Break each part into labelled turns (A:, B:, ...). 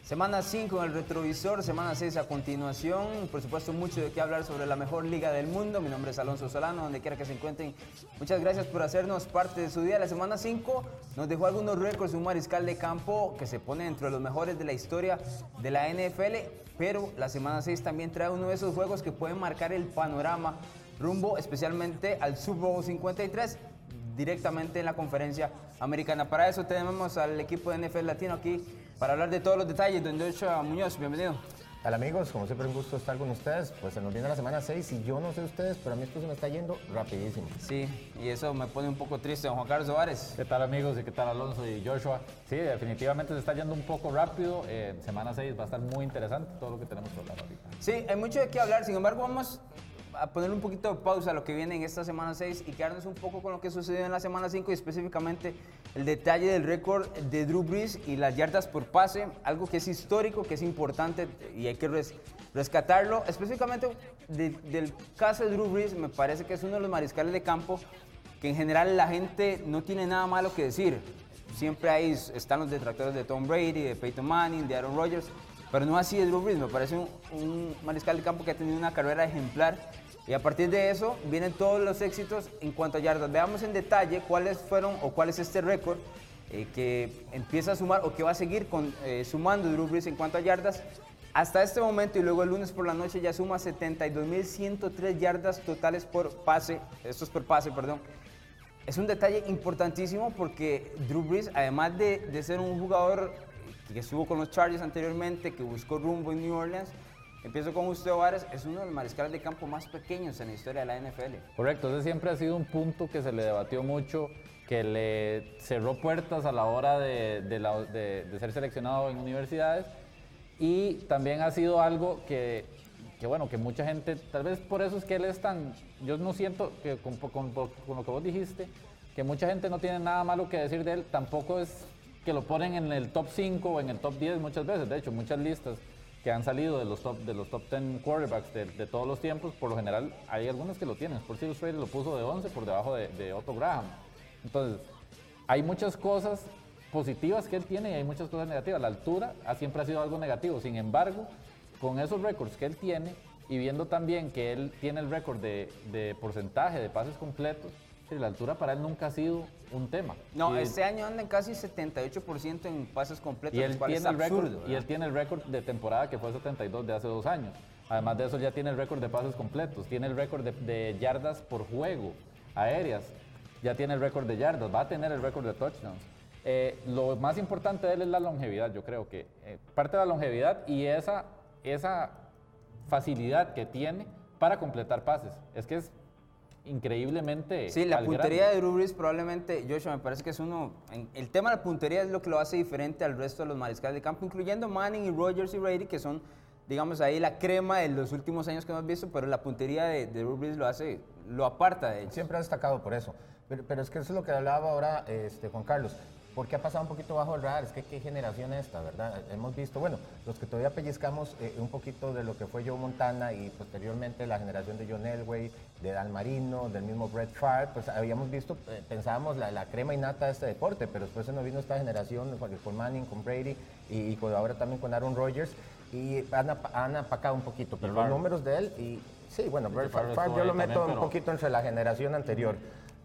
A: Semana 5 en el retrovisor, semana 6 a continuación. Por supuesto, mucho de qué hablar sobre la mejor liga del mundo. Mi nombre es Alonso Solano, donde quiera que se encuentren. Muchas gracias por hacernos parte de su día. La semana 5 nos dejó algunos récords, un mariscal de campo que se pone entre los mejores de la historia de la NFL. Pero la semana 6 también trae uno de esos juegos que pueden marcar el panorama rumbo especialmente al Super Bowl 53. Directamente en la conferencia americana. Para eso tenemos al equipo de NFL Latino aquí para hablar de todos los detalles. Don Joshua Muñoz, bienvenido.
B: Hola amigos, como siempre un gusto estar con ustedes. Pues se nos viene la semana 6 y yo no sé ustedes, pero a mí esto se me está yendo rapidísimo.
A: Sí, y eso me pone un poco triste, don Juan Carlos Suárez.
C: ¿Qué tal amigos y qué tal Alonso y Joshua? Sí, definitivamente se está yendo un poco rápido. Semana 6 va a estar muy interesante todo lo que tenemos que hablar ahorita.
A: Sí, hay mucho de qué hablar, sin embargo vamos a poner un poquito de pausa a lo que viene en esta semana 6 y quedarnos un poco con lo que sucedió en la semana 5 y específicamente el detalle del récord de Drew Brees y las yardas por pase, algo que es histórico, que es importante y hay que rescatarlo. Específicamente del caso de Drew Brees, me parece que es uno de los mariscales de campo que en general la gente no tiene nada malo que decir. Siempre están los detractores de Tom Brady, de Peyton Manning, de Aaron Rodgers, pero no así de Drew Brees. Me parece un mariscal de campo que ha tenido una carrera ejemplar. Y a partir de eso vienen todos los éxitos en cuanto a yardas. Veamos en detalle cuáles fueron o cuál es este récord que empieza a sumar o que va a seguir sumando Drew Brees en cuanto a yardas. Hasta este momento y luego el lunes por la noche ya suma 72.103 yardas totales por pase. Esto es por pase, perdón. Es un detalle importantísimo porque Drew Brees, además de ser un jugador que estuvo con los Chargers anteriormente, que buscó rumbo en New Orleans, empiezo con usted, Vares, es uno de los mariscales de campo más pequeños en la historia de la NFL.
C: Correcto, ese siempre ha sido un punto que se le debatió mucho, que le cerró puertas a la hora de ser seleccionado en universidades, y también ha sido algo que mucha gente, tal vez por eso es que él es tan, yo no siento que con lo que vos dijiste, que mucha gente no tiene nada malo que decir de él, tampoco es que lo ponen en el top 5 o en el top 10 muchas veces, de hecho muchas listas que han salido de los top 10 quarterbacks de todos los tiempos, por lo general hay algunos que lo tienen. Sports Illustrated lo puso de 11 por debajo de Otto Graham. Entonces, hay muchas cosas positivas que él tiene y hay muchas cosas negativas. La altura siempre ha sido algo negativo. Sin embargo, con esos récords que él tiene y viendo también que él tiene el récord de porcentaje de pases completos, la altura para él nunca ha sido un tema.
A: No, este año anda en casi 78% en pases completos,
C: y él tiene el récord,
A: absurdo,
C: y él tiene el récord de temporada que fue 72 de hace 2 años. Además de eso ya tiene el récord de pases completos, tiene el récord de yardas por juego, aéreas, ya tiene el récord de yardas, va a tener el récord de touchdowns. Lo más importante de él es la longevidad, yo creo que parte de la longevidad y esa facilidad que tiene para completar pases. Es que es increíblemente.
A: Sí, la puntería de Drew Brees probablemente, Joshua, me parece que es el tema de la puntería es lo que lo hace diferente al resto de los mariscales de campo, incluyendo Manning y Rodgers y Brady, que son, digamos, ahí la crema de los últimos años que hemos visto, pero la puntería de Drew Brees lo aparta de ellos.
B: Siempre ha destacado por eso. Pero es que eso es lo que hablaba ahora Juan Carlos. Porque ha pasado un poquito bajo el radar, es que qué generación esta, ¿verdad? Hemos visto, bueno, los que todavía pellizcamos un poquito de lo que fue Joe Montana y posteriormente la generación de John Elway, de Dan Marino, del mismo Brett Favre, pues habíamos visto, pensábamos la crema innata de este deporte, pero después se nos vino esta generación con Manning, con Brady y ahora también con Aaron Rodgers y han apacado un poquito, pero los números de él, y sí, bueno, Brett Favre yo lo meto un poquito entre la generación anterior.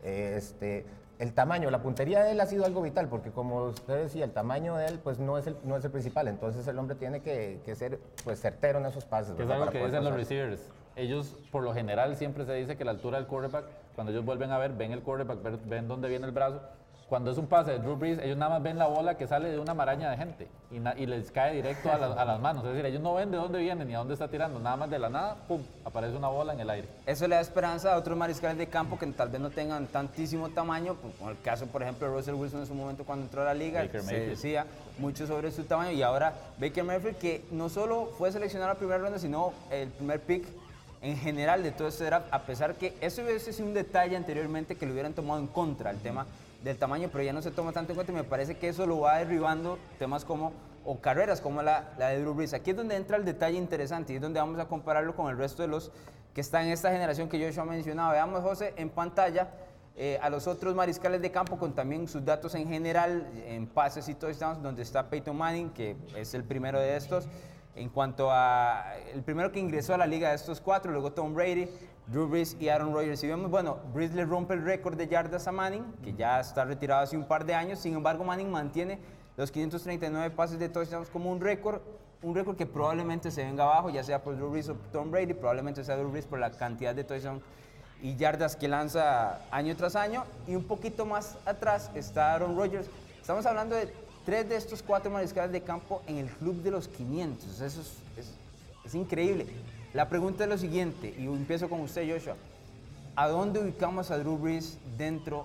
B: El tamaño, la puntería de él ha sido algo vital, porque como usted decía, el tamaño de él pues no es el principal, entonces el hombre tiene que ser pues certero en esos pases.
C: Que es algo que dicen los receivers. Ellos, por lo general, siempre se dice que la altura del quarterback, cuando ellos vuelven a ven el quarterback, ven dónde viene el brazo. Cuando es un pase de Drew Brees, ellos nada más ven la bola que sale de una maraña de gente y les cae directo a las manos. Es decir, ellos no ven de dónde viene ni a dónde está tirando. Nada más de la nada, ¡pum!, aparece una bola en el aire.
A: Eso le da esperanza a otros mariscales de campo que tal vez no tengan tantísimo tamaño. Como el caso, por ejemplo, de Russell Wilson en su momento cuando entró a la liga. Se decía mucho sobre su tamaño. Y ahora Baker Mayfield, que no solo fue seleccionado a la primera ronda, sino el primer pick en general de todo este draft, a pesar que eso hubiese sido un detalle anteriormente que lo hubieran tomado en contra, el tema del tamaño, pero ya no se toma tanto en cuenta y me parece que eso lo va derribando temas como, o carreras como la de Drew Brees. Aquí es donde entra el detalle interesante y es donde vamos a compararlo con el resto de los que están en esta generación que Joshua mencionaba. Veamos, José, en pantalla a los otros mariscales de campo con también sus datos en general, en pases y touchdowns, donde está Peyton Manning, que es el primero de estos. En cuanto a el primero que ingresó a la liga de estos 4, luego Tom Brady, Drew Brees y Aaron Rodgers. Y vemos, bueno, Brees le rompe el récord de yardas a Manning, que ya está retirado hace un par de años. Sin embargo, Manning mantiene los 539 pases de touchdowns como un récord que probablemente se venga abajo, ya sea por Drew Brees o Tom Brady, probablemente sea Drew Brees por la cantidad de touchdowns y yardas que lanza año tras año. Y un poquito más atrás está Aaron Rodgers. Estamos hablando de 3 de estos 4 mariscales de campo en el club de los 500. Eso es increíble. La pregunta es lo siguiente, y empiezo con usted, Joshua. ¿A dónde ubicamos a Drew Brees dentro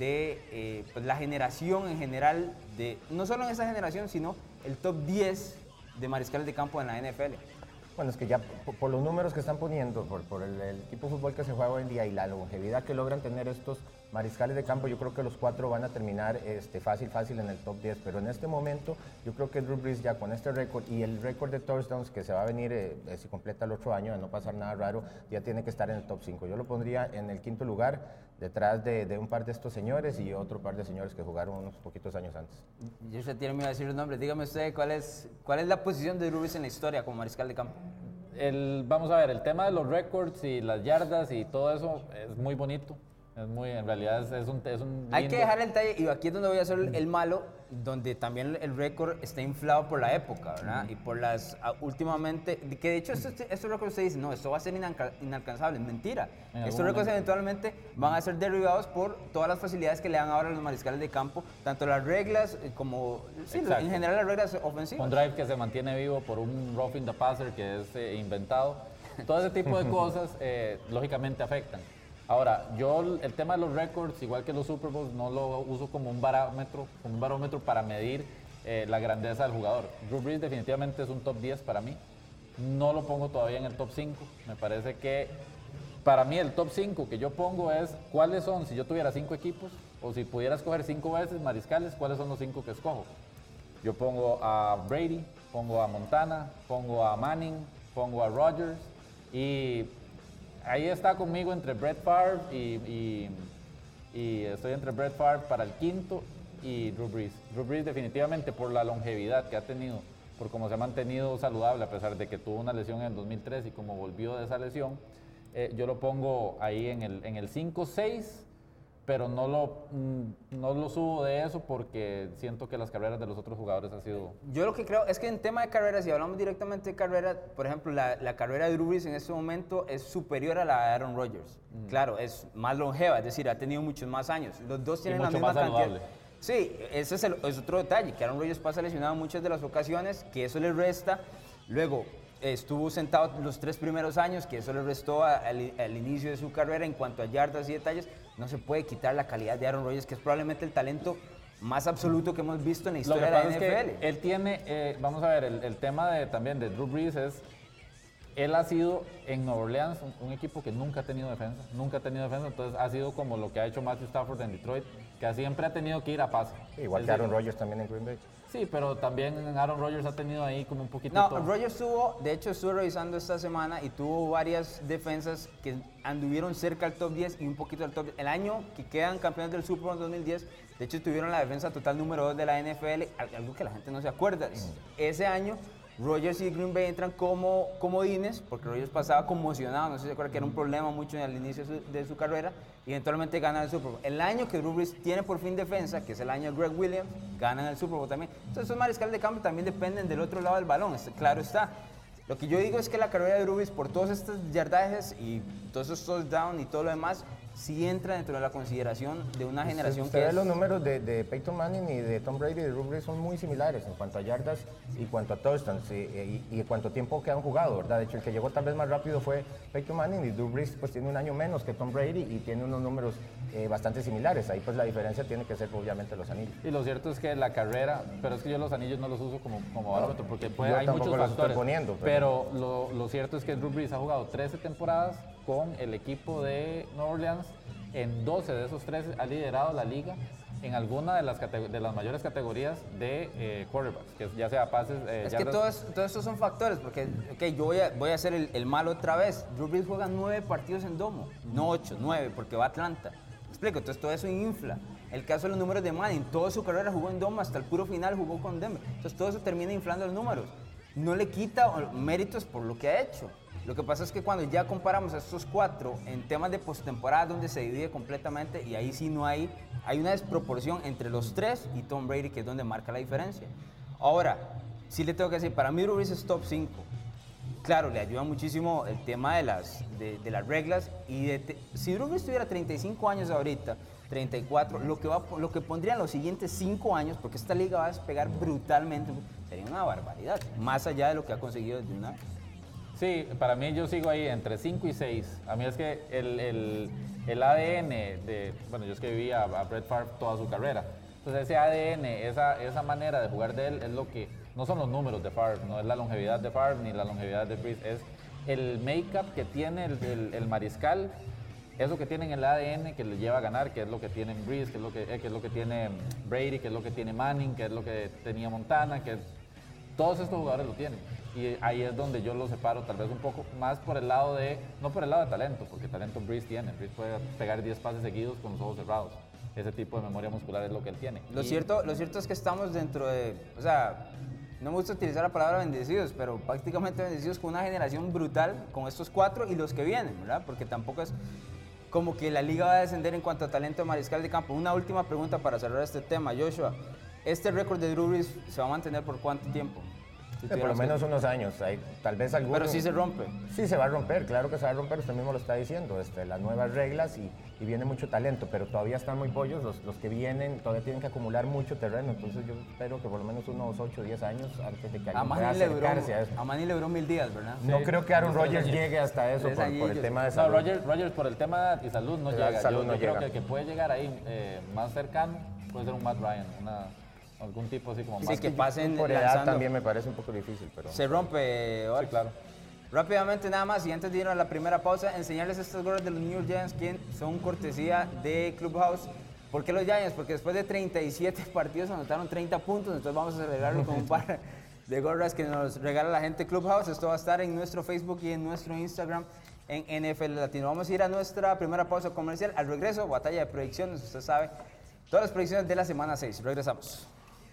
A: de pues la generación en general, no solo en esa generación, sino el top 10 de mariscales de campo en la NFL?
B: Bueno, es que ya por los números que están poniendo, por el tipo de fútbol que se juega hoy en día y la longevidad que logran tener estos mariscales de campo, yo creo que los 4 van a terminar fácil en el top 10, pero en este momento yo creo que Drew Brees ya con este récord y el récord de touchdowns que se va a venir si completa el otro año, de no pasar nada raro, ya tiene que estar en el top 5. Yo lo pondría en el 5º lugar, detrás de un par de estos señores y otro par de señores que jugaron unos poquitos años antes.
A: Yo ya tiene miedo a decir los nombres. Dígame usted, ¿cuál es la posición de Drew Brees en la historia como mariscal de campo?
C: Vamos a ver, el tema de los récords y las yardas y todo eso es muy bonito. En realidad es un lindo...
A: Hay que dejar el detalle, y aquí es donde voy a hacer el malo, donde también el récord está inflado por la época, ¿verdad? Y por las últimamente, que de hecho estos récords usted dice, no, esto va a ser inalcanzable, es mentira. Estos récords eventualmente van a ser derribados por todas las facilidades que le dan ahora a los mariscales de campo, tanto las reglas como, sí, en general las reglas ofensivas.
C: Un drive que se mantiene vivo por un roughing the passer que es inventado. Todo ese tipo de cosas lógicamente afectan. Ahora, yo el tema de los récords, igual que los Super Bowls, no lo uso como un barómetro para medir la grandeza del jugador. Drew Brees definitivamente es un top 10 para mí. No lo pongo todavía en el top 5. Me parece que para mí el top 5 que yo pongo es cuáles son, si yo tuviera 5 equipos o si pudiera escoger 5 veces mariscales, cuáles son los 5 que escojo. Yo pongo a Brady, pongo a Montana, pongo a Manning, pongo a Rodgers y... ahí está conmigo entre Brett Favre y estoy entre Brett Favre para el 5º y Drew Brees. Drew Brees definitivamente por la longevidad que ha tenido, por cómo se ha mantenido saludable a pesar de que tuvo una lesión en el 2003 y cómo volvió de esa lesión, yo lo pongo ahí en el 5-6, pero no lo subo de eso porque siento que las carreras de los otros jugadores han sido...
A: Yo lo que creo es que en tema de carreras, si hablamos directamente de carrera, por ejemplo, la carrera de Drew Brees en este momento es superior a la de Aaron Rodgers. Claro, es más longeva, es decir, ha tenido muchos más años. Los dos tienen la misma cantidad. Sí, ese es otro detalle, que Aaron Rodgers pasa lesionado en muchas de las ocasiones, que eso le resta. Luego, estuvo sentado los 3 primeros años, que eso le restó al inicio de su carrera en cuanto a yardas y detalles. No se puede quitar la calidad de Aaron Rodgers, que es probablemente el talento más absoluto que hemos visto en la historia de la NFL.
C: Lo que pasa es que él tiene, vamos a ver, el tema también de Drew Brees es, él ha sido en Nueva Orleans un equipo que nunca ha tenido defensa, entonces ha sido como lo que ha hecho Matthew Stafford en Detroit, que siempre ha tenido que ir a pase.
B: Igual que Aaron Rodgers también en Green Bay.
C: Sí, pero también Aaron Rodgers ha tenido ahí como un poquito...
A: No, Rodgers de hecho estuve revisando esta semana y tuvo varias defensas que anduvieron cerca al top 10 y un poquito al top 10. El año que quedan campeones del Super Bowl 2010, de hecho tuvieron la defensa total número 2 de la NFL, algo que la gente no se acuerda. Ese año Rodgers y Green Bay entran como comodines, porque Rodgers pasaba conmocionado, no sé si se acuerda que era un problema mucho al inicio de su carrera, y eventualmente ganan el Super Bowl. El año que Drew Brees tiene por fin defensa, que es el año de Greg Williams, ganan el Super Bowl también. Entonces esos mariscales de campo también dependen del otro lado del balón, claro está. Lo que yo digo es que la carrera de Drew Brees, por todos estos yardajes y todos esos touchdowns y todo lo demás, sí entra dentro de la consideración de una generación
B: que los números de Peyton Manning y de Tom Brady y de Drew Brees son muy similares en cuanto a yardas y cuanto a touchdowns y en cuanto a tiempo que han jugado, ¿verdad? De hecho, el que llegó tal vez más rápido fue Peyton Manning y Drew Brees pues tiene un año menos que Tom Brady y tiene unos números bastante similares. Ahí pues la diferencia tiene que ser obviamente los anillos.
C: Y lo cierto es que la carrera, pero es que yo los anillos no los uso como barómetro porque hay muchos
B: los
C: factores.
B: Estoy poniendo,
C: pero lo cierto es que Drew Brees ha jugado 13 temporadas con el equipo de Nueva Orleans. En 12 de esos 13 ha liderado la liga en alguna de las mayores categorías de quarterbacks, que ya sea pases...
A: es que todos estos son factores, porque yo voy a hacer el malo otra vez. Drew Brees juega 9 partidos en domo, no 8, 9, porque va a Atlanta. explico? Entonces todo eso infla. El caso de los números de Manning, toda su carrera jugó en Dome, hasta el puro final jugó con Denver. Entonces todo eso termina inflando los números. No le quita méritos por lo que ha hecho. Lo que pasa es que cuando ya comparamos a estos 4 en temas de postemporada, donde se divide completamente, y ahí sí no hay una desproporción entre los 3 y Tom Brady, que es donde marca la diferencia. Ahora, sí le tengo que decir, para mí Drew Brees es top 5. Claro, le ayuda muchísimo el tema de las reglas, y si Drew Brees tuviera 35 años ahorita, 34, lo que pondría en los siguientes 5 años, porque esta liga va a despegar brutalmente, sería una barbaridad, más allá de lo que ha conseguido desde una...
C: Sí, para mí yo sigo ahí entre 5 y 6. A mí es que el ADN bueno, yo es que viví a Brett Favre toda su carrera. Entonces ese ADN, esa manera de jugar de él es lo que, no son los números de Favre, no es la longevidad de Favre ni la longevidad de Brees, es el make-up que tiene el mariscal, eso que tiene en el ADN que le lleva a ganar, que es lo que tiene Brees, que es lo que tiene Brady, que es lo que tiene Manning, que es lo que tenía Montana, todos estos jugadores lo tienen. Y ahí es donde yo lo separo tal vez un poco más por el lado no por el lado de talento, porque talento Brees tiene. Brees puede pegar 10 pases seguidos con los ojos cerrados. Ese tipo de memoria muscular es lo que él tiene.
A: Lo cierto es que estamos dentro de, o sea, no me gusta utilizar la palabra bendecidos, pero prácticamente bendecidos con una generación brutal, con estos 4 y los que vienen, ¿verdad? Porque tampoco es como que la liga va a descender en cuanto a talento de mariscal de campo. Una última pregunta para cerrar este tema, Joshua. ¿Este récord de Drew Brees se va a mantener por cuánto tiempo?
B: Por lo menos unos años, tal vez algunos...
A: Pero sí se rompe.
B: Sí se va a romper, claro que se va a romper, usted mismo lo está diciendo, las nuevas reglas y viene mucho talento, pero todavía están muy pollos, los que vienen todavía tienen que acumular mucho terreno, entonces yo espero que por lo menos unos 8 o 10 años antes de que alguien pueda acercarse a eso.
A: A Manny le duró 1000 días, ¿verdad?
B: No
A: Sí.
B: creo que Aaron Rodgers llegue hasta eso por el tema de salud.
C: No, Rodgers por el tema de salud no llega.
B: Salud
C: yo
B: no
C: creo
B: llega.
C: que el que puede llegar ahí más cercano puede ser un Matt Ryan, algún tipo así como
A: Sí,
C: más
A: que pasen
B: Por edad
A: lanzando.
B: también me parece un poco difícil, pero...
A: Se rompe, ahora.
C: Sí, claro.
A: Rápidamente nada más, y antes de ir a la primera pausa, enseñarles estas gorras de los New York Giants, que son cortesía de Clubhouse. ¿Por qué los Giants? Porque después de 37 partidos anotaron 30 puntos, entonces vamos a celebrarlo con un par de gorras que nos regala la gente Clubhouse. Esto va a estar en nuestro Facebook y en nuestro Instagram en NFL Latino. Vamos a ir a nuestra primera pausa comercial. Al regreso, batalla de predicciones, usted sabe, todas las predicciones de la semana 6. Regresamos.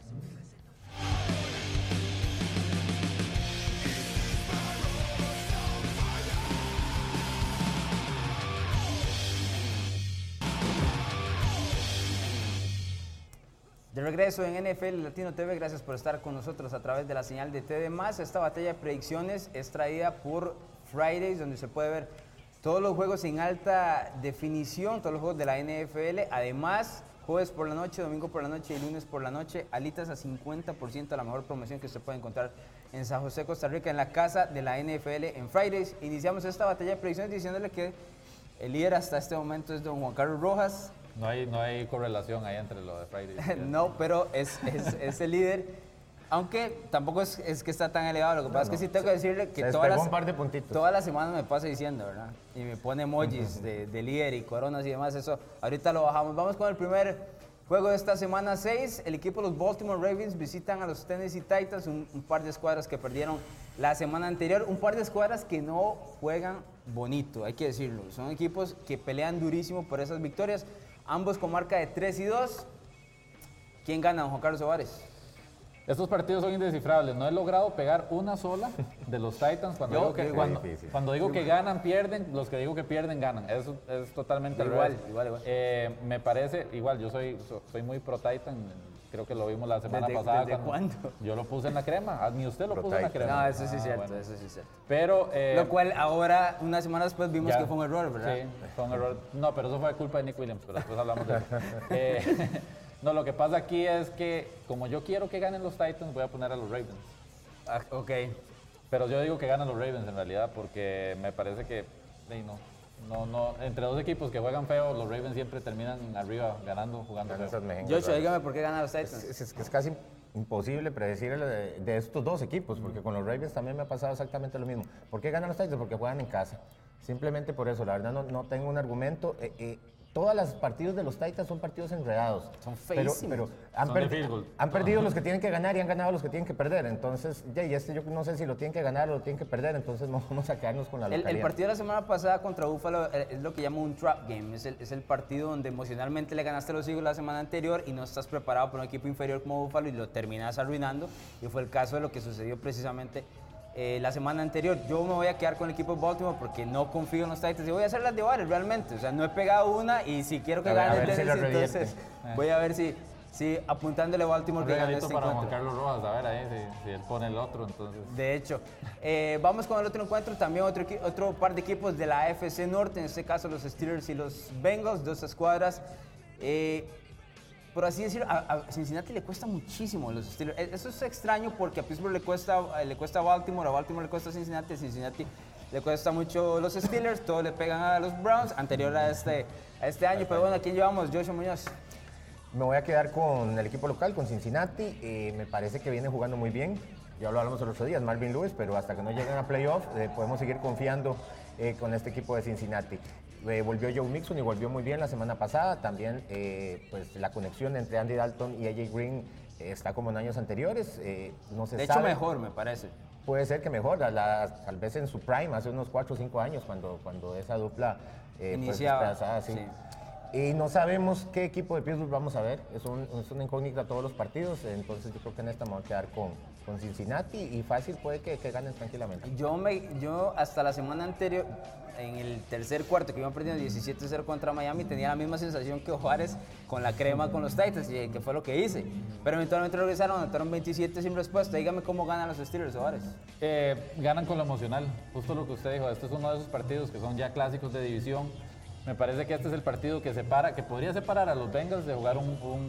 A: De regreso en NFL Latino TV, gracias por estar con nosotros a través de la señal de TV+. Esta batalla de predicciones es traída por Fridays, donde se puede ver todos los juegos en alta definición, todos los juegos de la NFL. Además, jueves por la noche, domingo por la noche y lunes por la noche, alitas a 50%, la mejor promoción que usted puede encontrar en San José, Costa Rica, en la casa de la NFL en Fridays. Iniciamos esta batalla de predicciones diciéndole que el líder hasta este momento es don Juan Carlos Rojas.
C: No hay correlación ahí entre lo de Friday.
A: No, pero es el líder, aunque tampoco es que está tan elevado. Lo que pasa es que sí tengo que decirle que
B: un par de puntitos.
A: todas las semanas me pasa diciendo, ¿verdad? Y me pone emojis de líder y coronas y demás, eso ahorita lo bajamos. Vamos con el primer juego de esta semana 6. El equipo de los Baltimore Ravens visitan a los Tennessee Titans, un par de escuadras que perdieron la semana anterior, un par de escuadras que no juegan bonito, hay que decirlo. Son equipos que pelean durísimo por esas victorias. Ambos con marca de 3-2. ¿Quién gana, Juan Carlos Suárez?
C: Estos partidos son indescifrables. No he logrado pegar una sola de los Titans. Cuando digo que ganan, pierden. Los que digo que pierden, ganan. Eso es totalmente
A: Igual.
C: Me parece, igual, yo soy muy pro Titan. Creo que lo vimos la semana pasada.
A: ¿Desde cuándo?
C: Yo lo puse en la crema. Ni usted lo puso en la crema.
A: No, eso sí es cierto,
C: bueno.
A: eso sí es cierto.
C: Pero,
A: Lo cual ahora, una semana después, vimos que fue un error, ¿verdad?
C: Sí, fue un error. No, pero eso fue culpa de Nick Williams, pero después hablamos de eso. No, lo que pasa aquí es que, como yo quiero que ganen los Titans, voy a poner a los Ravens.
A: Ah, ok.
C: Pero yo digo que ganan los Ravens en realidad, porque me parece que, no, entre dos equipos que juegan feo, los Ravens siempre terminan arriba, ganando, jugando feo.
A: Joshua, dígame por qué ganan los Titans.
B: Es casi imposible predecir de estos dos equipos, porque con los Ravens también me ha pasado exactamente lo mismo. ¿Por qué ganan los Titans? Porque juegan en casa. Simplemente por eso, la verdad no tengo un argumento. todos los partidos de los Titans son partidos enredados.
A: Son feísimos.
B: Pero
C: Son de field goal.
B: han perdido los que tienen que ganar y han ganado los que tienen que perder. Entonces, y este yo no sé si lo tienen que ganar o lo tienen que perder, entonces no vamos a quedarnos con la localidad.
A: El partido de la semana pasada contra Buffalo es lo que llamo un trap game. Es el partido donde emocionalmente le ganaste a los Eagles la semana anterior y no estás preparado para un equipo inferior como Buffalo y lo terminas arruinando. Y fue el caso de lo que sucedió precisamente la semana anterior. Yo me voy a quedar con el equipo de Baltimore porque no confío en los Titans y voy a hacer las de Vares realmente. O sea, no he pegado una y si quiero que gane
B: ver si lo
A: Tennessee, entonces voy a ver si apuntándole a Baltimore
C: Un
A: que gane
C: regalito
A: este
C: para
A: encuentro.
C: Juan Carlos Rojas, a ver ahí si él pone el otro, entonces.
A: De hecho, vamos con el otro encuentro, también otro par de equipos de la AFC Norte, en este caso los Steelers y los Bengals, dos escuadras. Por así decirlo, a Cincinnati le cuesta muchísimo los Steelers. Eso es extraño porque a Pittsburgh le cuesta a Baltimore le cuesta a Cincinnati le cuesta mucho los Steelers, todos le pegan a los Browns, anterior a este año. Pero bueno, ¿a quién llevamos? Joshua Muñoz.
B: Me voy a quedar con el equipo local, con Cincinnati. Me parece que viene jugando muy bien. Ya lo hablamos el otro día, Marvin Lewis, pero hasta que no lleguen a playoff podemos seguir confiando con este equipo de Cincinnati. Volvió Joe Mixon y volvió muy bien la semana pasada. También pues la conexión entre Andy Dalton y AJ Green está como en años anteriores. No se
A: De
B: sabe.
A: hecho, mejor, me parece.
B: Puede ser que mejor, tal vez en su prime, hace unos 4 o 5 años, cuando esa dupla
A: Iniciaba,
B: pues, despedazada, sí.
A: sí.
B: Y no sabemos qué equipo de Pittsburgh vamos a ver, es una incógnita todos los partidos, entonces yo creo que en esta me voy a quedar con Cincinnati y fácil puede que ganen tranquilamente.
A: Yo hasta la semana anterior, en el tercer cuarto que iban perdiendo 17-0 contra Miami, tenía la misma sensación que Juárez con la crema con los Titans, y que fue lo que hice. Pero eventualmente regresaron, anotaron 27 sin respuesta. Dígame cómo ganan los Steelers, Juárez.
C: Ganan con lo emocional, justo lo que usted dijo. Este es uno de esos partidos que son ya clásicos de división. Me parece que este es el partido que podría separar a los Bengals de jugar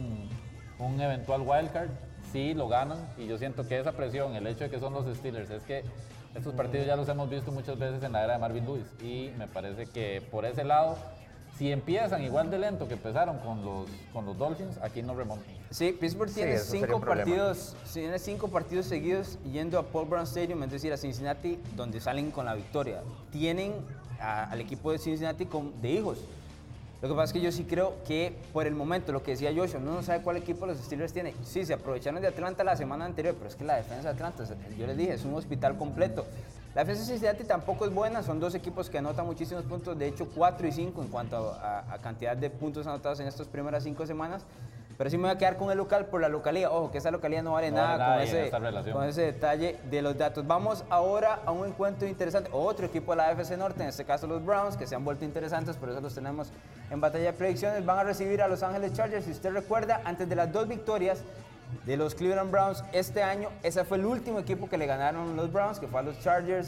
C: un eventual wildcard. Sí, lo ganan y yo siento que esa presión, el hecho de que son los Steelers, es que estos partidos ya los hemos visto muchas veces en la era de Marvin Lewis y me parece que por ese lado, si empiezan igual de lento que empezaron con los Dolphins, aquí no remontan.
A: Sí, Pittsburgh tiene
B: eso sería un
A: tiene 5 partidos seguidos yendo a Paul Brown Stadium, es decir, a Cincinnati, donde salen con la victoria. Tienen al equipo de Cincinnati de hijos. Lo que pasa es que yo sí creo que por el momento, lo que decía Joshua, uno no sabe cuál equipo los Steelers tiene. Sí, se aprovecharon de Atlanta la semana anterior, pero es que la defensa de Atlanta, yo les dije, es un hospital completo. La defensa de Cincinnati tampoco es buena, son dos equipos que anotan muchísimos puntos, de hecho 4 y 5 en cuanto a cantidad de puntos anotados en estas primeras 5 semanas. Pero sí me voy a quedar con el local por la localía. Ojo, que esa localía no vale nada con ese detalle de los datos. Vamos ahora a un encuentro interesante. Otro equipo de la AFC Norte, en este caso los Browns, que se han vuelto interesantes, por eso los tenemos en batalla de predicciones. Van a recibir a Los Ángeles Chargers. Si usted recuerda, antes de las 2 victorias de los Cleveland Browns este año, ese fue el último equipo que le ganaron los Browns, que fue a los Chargers.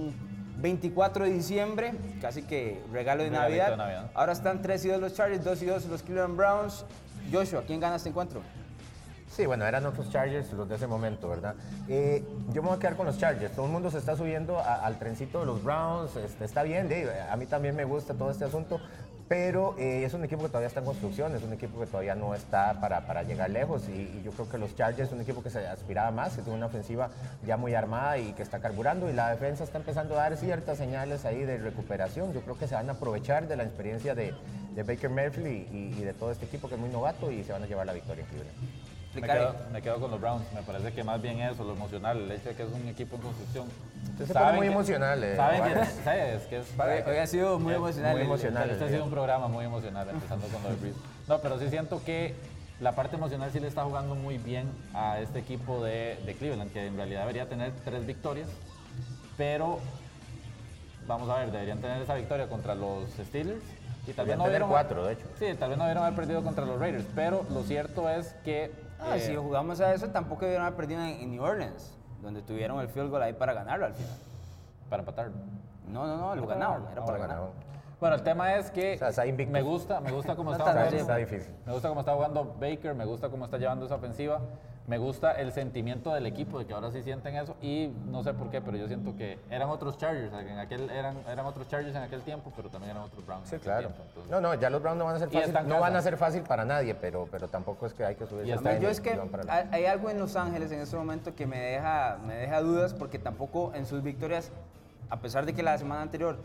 A: 24 de diciembre, casi que regalo de Navidad. Ahora están 3-2 los Chargers, 2-2 los Cleveland Browns. Joshua, ¿quién gana este encuentro?
B: Sí, bueno, eran otros Chargers los de ese momento, ¿verdad? Yo me voy a quedar con los Chargers. Todo el mundo se está subiendo al trencito de los Browns. Está bien, a mí también me gusta todo este asunto, pero es un equipo que todavía está en construcción, es un equipo que todavía no está para llegar lejos y yo creo que los Chargers es un equipo que se aspiraba más, que tiene una ofensiva ya muy armada y que está carburando y la defensa está empezando a dar ciertas señales ahí de recuperación. Yo creo que se van a aprovechar de la experiencia de Baker Mayfield y de todo este equipo que es muy novato y se van a llevar la victoria en Cleveland.
C: Me quedo con los Browns, me parece que más bien eso, lo emocional, el hecho de que es un equipo en construcción.
B: Usted se pone muy emocional.
C: Saben que es
A: Hoy ha sido muy emocional.
B: Muy emocional.
C: Este ha sido un programa muy emocional, empezando con lo de Breeze. No, pero sí siento que la parte emocional sí le está jugando muy bien a este equipo de Cleveland, que en realidad debería tener 3 victorias, pero vamos a ver, deberían tener esa victoria contra los Steelers. Y tal vez no
B: tener 4, de hecho.
C: Sí, tal vez no debieron haber perdido contra los Raiders, pero lo cierto es que...
A: si jugamos a eso, tampoco debieron haber perdido en New Orleans, donde tuvieron el field goal ahí para ganarlo al final.
C: Para empatar.
A: No, lo ganaron, era para ganar.
C: Bueno, el tema es que me gusta cómo está jugando.
B: Está difícil.
C: Me gusta cómo está jugando Baker, me gusta cómo está llevando esa ofensiva, me gusta el sentimiento del equipo de que ahora sí sienten eso y no sé por qué, pero yo siento que eran otros Chargers, eran otros Chargers en aquel tiempo, pero también eran otros Browns.
B: Sí, claro. Tiempo, entonces, ya los Browns no van a ser fácil para nadie, pero tampoco es que hay que subir.
A: Yo es que hay algo en Los Ángeles en este momento que me deja dudas porque tampoco en sus victorias, a pesar de que la semana anterior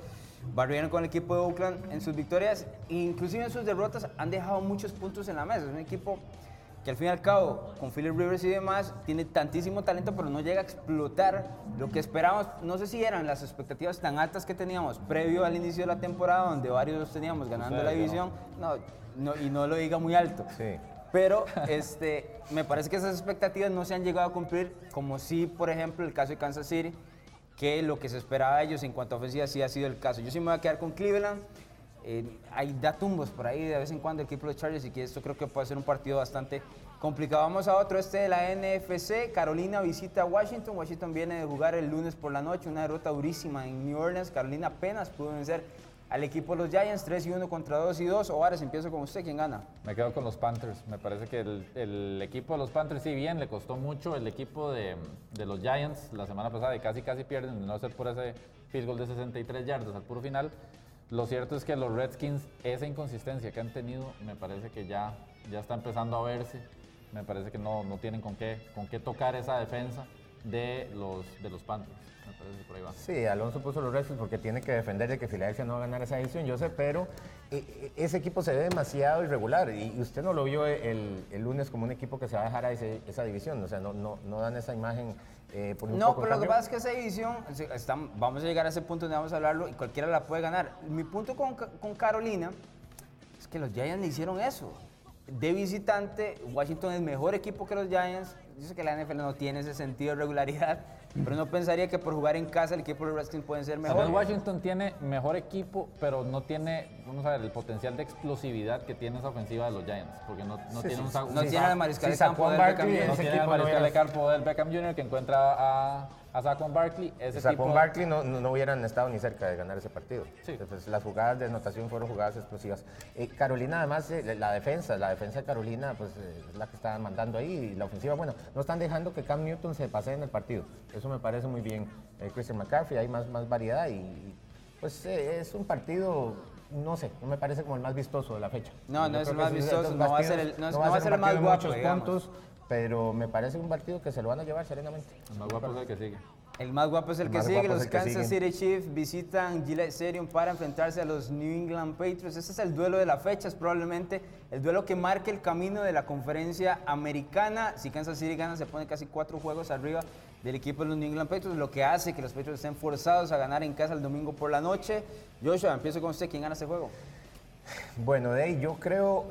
A: barrieron con el equipo de Oakland en sus victorias, e inclusive en sus derrotas han dejado muchos puntos en la mesa. Es un equipo que al fin y al cabo, con Philip Rivers y demás, tiene tantísimo talento, pero no llega a explotar lo que esperábamos. No sé si eran las expectativas tan altas que teníamos previo al inicio de la temporada, donde varios los teníamos ganando la división, y no lo diga muy alto.
B: Sí.
A: Pero me parece que esas expectativas no se han llegado a cumplir, como sí, por ejemplo, el caso de Kansas City, que lo que se esperaba de ellos en cuanto a ofensiva sí ha sido el caso. Yo sí me voy a quedar con Cleveland. Da tumbos por ahí de vez en cuando el equipo de Chargers, y que esto creo que puede ser un partido bastante complicado. Vamos a otro, de la NFC. Carolina visita a Washington. Washington viene de jugar el lunes por la noche una derrota durísima en New Orleans. Carolina apenas pudo vencer al equipo de los Giants, 3-1 contra 2-2. Ovares, empiezo con usted, ¿quién gana?
C: Me quedo con los Panthers. Me parece que el equipo de los Panthers, sí, bien, le costó mucho el equipo de los Giants la semana pasada y casi pierden, de no ser por ese field goal de 63 yardas al puro final. Lo cierto es que los Redskins, esa inconsistencia que han tenido, me parece que ya está empezando a verse. Me parece que no tienen con qué tocar esa defensa de los Panthers. Me parece que por ahí va.
B: Sí, Alonso puso los Redskins porque tiene que defender de que Filadelfia no va a ganar esa división, yo sé, pero ese equipo se ve demasiado irregular y usted no lo vio el lunes como un equipo que se va a dejar a esa división, o sea, no dan esa imagen. Por un
A: no,
B: poco
A: pero lo que
B: cambio.
A: pasa es que esa división, vamos a llegar a ese punto donde vamos a hablarlo y cualquiera la puede ganar. Mi punto con Carolina es que los Giants le hicieron eso. De visitante, Washington es mejor equipo que los Giants. Yo sé que la NFL no tiene ese sentido de regularidad, pero no pensaría que por jugar en casa el equipo de los Redskins pueden ser mejor.
C: También Washington tiene mejor equipo, pero no tiene, vamos a ver, el potencial de explosividad que tiene esa ofensiva de los Giants, porque no tiene un
A: no tiene al mariscal de campo
B: Saquon
A: del Beckham
B: Barkley,
A: Jr.
C: No
B: ese
C: tiene
B: equipo
C: al
B: no
C: mariscal de
B: hubiera-
C: campo del Beckham Jr. que encuentra a Saquon Barkley.
B: Saquon Barkley no hubieran estado ni cerca de ganar ese partido.
C: Sí.
B: Entonces, las jugadas de anotación fueron jugadas explosivas. Carolina, además, la defensa de Carolina, pues es la que está mandando ahí. Y la ofensiva, bueno, no están dejando que Cam Newton se pase en el partido. Eso me parece muy bien. Christian McCaffrey, hay más variedad y pues es un partido. No sé, no me parece como el más vistoso de la fecha.
A: No
B: Yo
A: es
B: creo
A: el
B: que
A: más
B: esos
A: vistoso,
B: dos
A: no va a ser
B: partidos
A: el más
B: un partido de
A: guapo,
B: muchos
A: digamos.
B: puntos, pero me parece un partido que se lo van a llevar serenamente.
C: El más guapo es el que sigue.
A: El más guapo es el que
B: más
A: sigue.
B: guapo es
A: Los
B: el que
A: Kansas
B: sigue.
A: City Chiefs visitan Gillette Stadium para enfrentarse a los New England Patriots. Ese es el duelo de la fecha, es probablemente el duelo que marque el camino de la conferencia americana. Si Kansas City gana, se pone casi 4 juegos arriba del equipo de los New England Patriots, lo que hace que los Patriots estén forzados a ganar en casa el domingo por la noche. Joshua, empiezo con usted. ¿Quién gana este juego?
B: Bueno, yo creo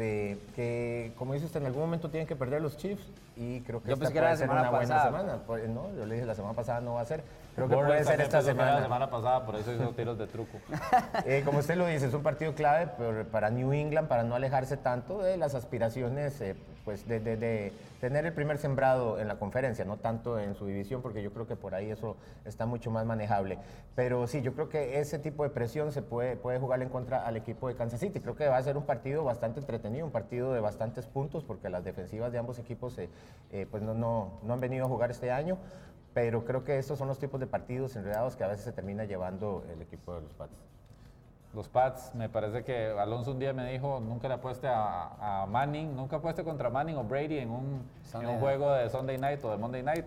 B: que, como dice usted, en algún momento tienen que perder los Chiefs y creo que
A: Yo
B: esta
A: pensé que era
B: puede
A: la
B: ser
A: semana
B: una buena
A: pasada.
B: semana. No, yo le dije la semana pasada no va a ser. Creo que
C: Borges
B: puede ser
C: también
B: esta
C: pensó que era la
B: semana.
C: semana pasada, por eso hizo tiros de truco.
B: Como usted lo dice, es un partido clave para New England, para no alejarse tanto de las aspiraciones pues de tener el primer sembrado en la conferencia, no tanto en su división, porque yo creo que por ahí eso está mucho más manejable. Pero sí, yo creo que ese tipo de presión se puede jugarle en contra al equipo de Kansas City. Creo que va a ser un partido bastante entretenido, un partido de bastantes puntos, porque las defensivas de ambos equipos pues no han venido a jugar este año. Pero creo que estos son los tipos de partidos enredados que a veces se termina llevando el equipo de los Pats.
C: Los Pats, me parece que Alonso un día me dijo, nunca le apueste a Manning, nunca apueste contra Manning o Brady en un juego de Sunday Night o de Monday Night.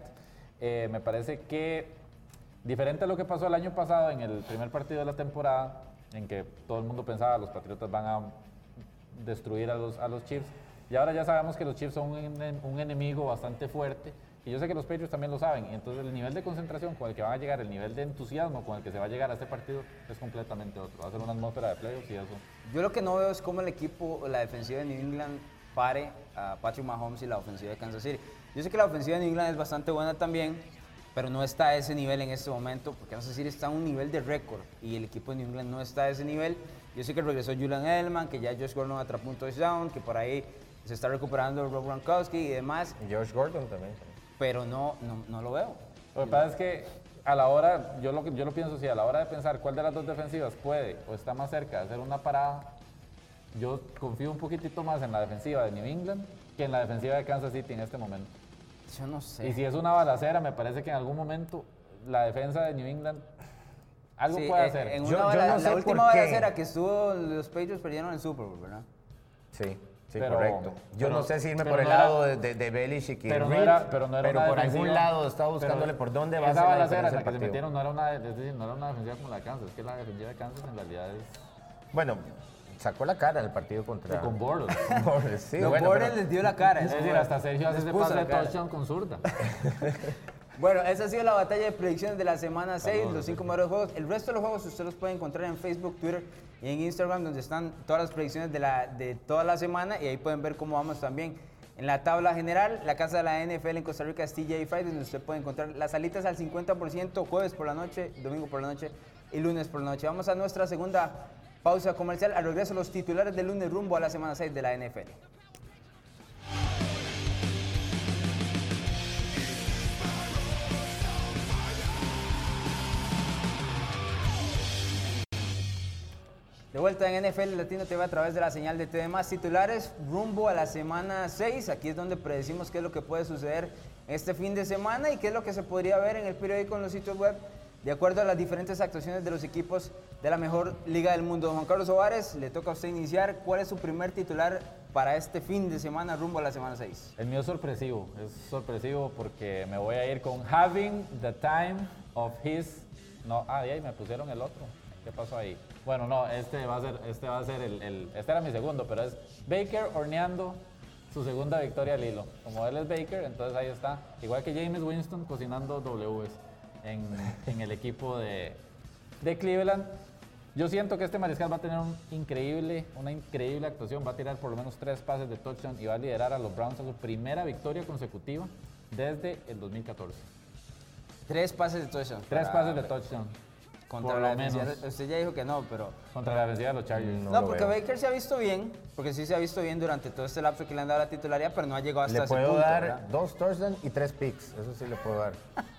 C: Me parece que, diferente a lo que pasó el año pasado en el primer partido de la temporada, en que todo el mundo pensaba los Patriotas van a destruir a los Chiefs, y ahora ya sabemos que los Chiefs son un enemigo bastante fuerte. Y yo sé que los Patriots también lo saben, y entonces el nivel de concentración con el que van a llegar, el nivel de entusiasmo con el que se va a llegar a este partido es completamente otro. Va a ser una atmósfera de playoffs y eso.
A: Yo lo que no veo es cómo el equipo, la defensiva de New England pare a Patrick Mahomes y la ofensiva de Kansas City. Yo sé que la ofensiva de New England es bastante buena también, pero no está a ese nivel en este momento, porque Kansas City está a un nivel de récord y el equipo de New England no está a ese nivel. Yo sé que regresó Julian Edelman, que ya Josh Gordon atrapó un touchdown, que por ahí se está recuperando Rob Gronkowski y demás,
B: Y Josh Gordon también.
A: pero no lo veo.
C: Lo que pasa es que a la hora, yo lo pienso así, a la hora de pensar cuál de las dos defensivas puede o está más cerca de hacer una parada, yo confío un poquitito más en la defensiva de New England que en la defensiva de Kansas City en este momento.
A: Yo no sé.
C: Y si es una balacera, me parece que en algún momento la defensa de New England algo
A: Sí,
C: puede hacer.
B: Yo no sé
A: la
B: por
A: última
B: qué.
A: balacera que estuvo, los Patriots perdieron el Super Bowl, ¿verdad?
B: Sí. Sí,
C: pero,
B: correcto. Yo no sé si irme por el
C: no
B: lado de Belichick y
C: pero no
B: Reed,
C: era, pero no era
B: pero
C: una
B: por
C: defensiva,
B: algún lado estaba buscándole
C: pero
B: por dónde va a
C: esa
B: ser la
C: balacera
B: diferencia
C: en la que se
B: del partido.
C: metieron no era una, es decir, no era una defensiva como la de Kansas, es que la defensiva de Kansas en realidad es
B: Bueno, sacó la cara en el partido contra...
C: con Bortles.
B: Bortles, sí,
A: Los
B: bueno,
A: Bortles
B: pero-
A: les dio la cara.
C: Es
A: eso
C: decir,
A: fue.
C: hasta Sergio hace
A: Les
C: ese
A: puso
C: pase
A: la
C: de
A: cara.
C: touchdown con zurda.
A: Bueno, esa ha sido la batalla de predicciones de la semana 6, los 5 mejores juegos. El resto de los juegos usted los puede encontrar en Facebook, Twitter y en Instagram, donde están todas las predicciones de toda la semana y ahí pueden ver cómo vamos también. En la tabla general, la casa de la NFL en Costa Rica es TJ Friday, donde usted puede encontrar las alitas al 50% jueves por la noche, domingo por la noche y lunes por la noche. Vamos a nuestra segunda pausa comercial. Al regreso, los titulares del lunes rumbo a la semana 6 de la NFL. De vuelta en NFL Latino TV a través de la señal de TV+, titulares rumbo a la semana 6. Aquí es donde predecimos qué es lo que puede suceder este fin de semana y qué es lo que se podría ver en el periódico, en los sitios web, de acuerdo a las diferentes actuaciones de los equipos de la mejor liga del mundo. Juan Carlos Ovares, le toca a usted iniciar. ¿Cuál es su primer titular para este fin de semana rumbo a la semana 6?
C: El mío es sorpresivo porque me voy a ir con having the time of his... No, y ahí me pusieron el otro. ¿Qué pasó ahí? Bueno, no, este va a ser este era mi segundo, pero es Baker horneando su segunda victoria al hilo. Como él es Baker, entonces ahí está. Igual que Jameis Winston cocinando Ws en el equipo de Cleveland. Yo siento que este mariscal va a tener una increíble actuación. Va a tirar por lo menos 3 pases de touchdown y va a liderar a los Browns a su primera victoria consecutiva desde el 2014.
A: 3 pases de touchdown.
C: 3 pases de touchdown.
A: Contra
C: por
A: la
C: lo menos.
A: defensiva. Usted ya dijo que no, pero...
C: Contra la defensiva de los Chargers.
B: No
A: No,
B: lo
A: porque
B: veo.
A: Baker se ha visto bien, porque sí se ha visto bien durante todo este lapso que le han dado la titularidad, pero no ha llegado hasta
B: Le
A: ese
B: puedo
A: punto,
B: dar
A: ¿verdad?
B: 2 touchdowns y 3 picks, eso sí le puedo dar.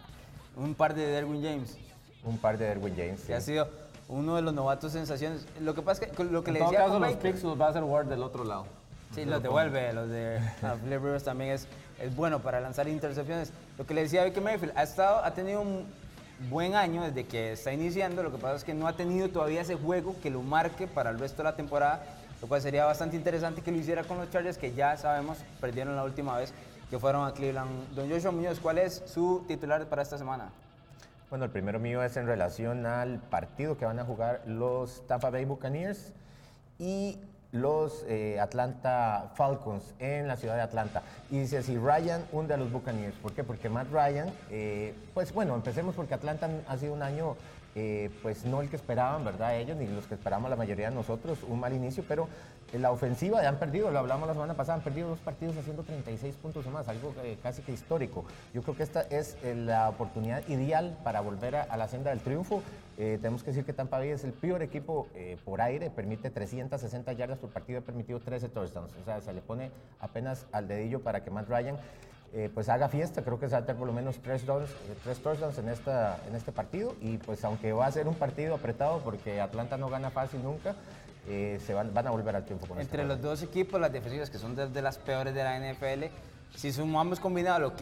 A: Un par de Derwin James,
B: Un par de Derwin James.
A: que
B: sí.
A: ha sido uno de los novatos sensaciones. Lo que pasa es que lo que
C: En
A: le
C: todo
A: decía
C: caso,
A: con
C: los
A: Baker,
C: picks los va a hacer Ward del otro lado.
A: sí, los devuelve, los de Philip Rivers también es bueno para lanzar intercepciones. Lo que le decía a Baker Mayfield, ha tenido un buen año desde que está iniciando, lo que pasa es que no ha tenido todavía ese juego que lo marque para el resto de la temporada, lo cual sería bastante interesante que lo hiciera con los Chargers, que ya sabemos perdieron la última vez que fueron a Cleveland. Don Joshua Muñoz, ¿cuál es su titular para esta semana?
B: Bueno, el primero mío es en relación al partido que van a jugar los Tampa Bay Buccaneers y los Atlanta Falcons en la ciudad de Atlanta. Y dice así, Ryan hunde a los Buccaneers. ¿Por qué? Porque Matt Ryan, pues bueno, empecemos porque Atlanta ha sido un año, pues no el que esperaban, ¿verdad? Ellos, ni los que esperamos la mayoría de nosotros, un mal inicio, pero la ofensiva han perdido, lo hablamos la semana pasada, han perdido 2 partidos haciendo 36 puntos o más, algo casi que histórico. Yo creo que esta es la oportunidad ideal para volver a la senda del triunfo. Tenemos que decir que Tampa Bay es el peor equipo por aire, permite 360 yardas por partido, ha permitido 13 touchdowns, o sea, se le pone apenas al dedillo para que Matt Ryan pues haga fiesta. Creo que se va a tener por lo menos 3 touchdowns en este partido, y pues aunque va a ser un partido apretado porque Atlanta no gana fácil nunca, van a volver al triunfo con
A: Entre
B: este
A: los dos equipos, las defensivas que son de las peores de la NFL, si sumamos combinado lo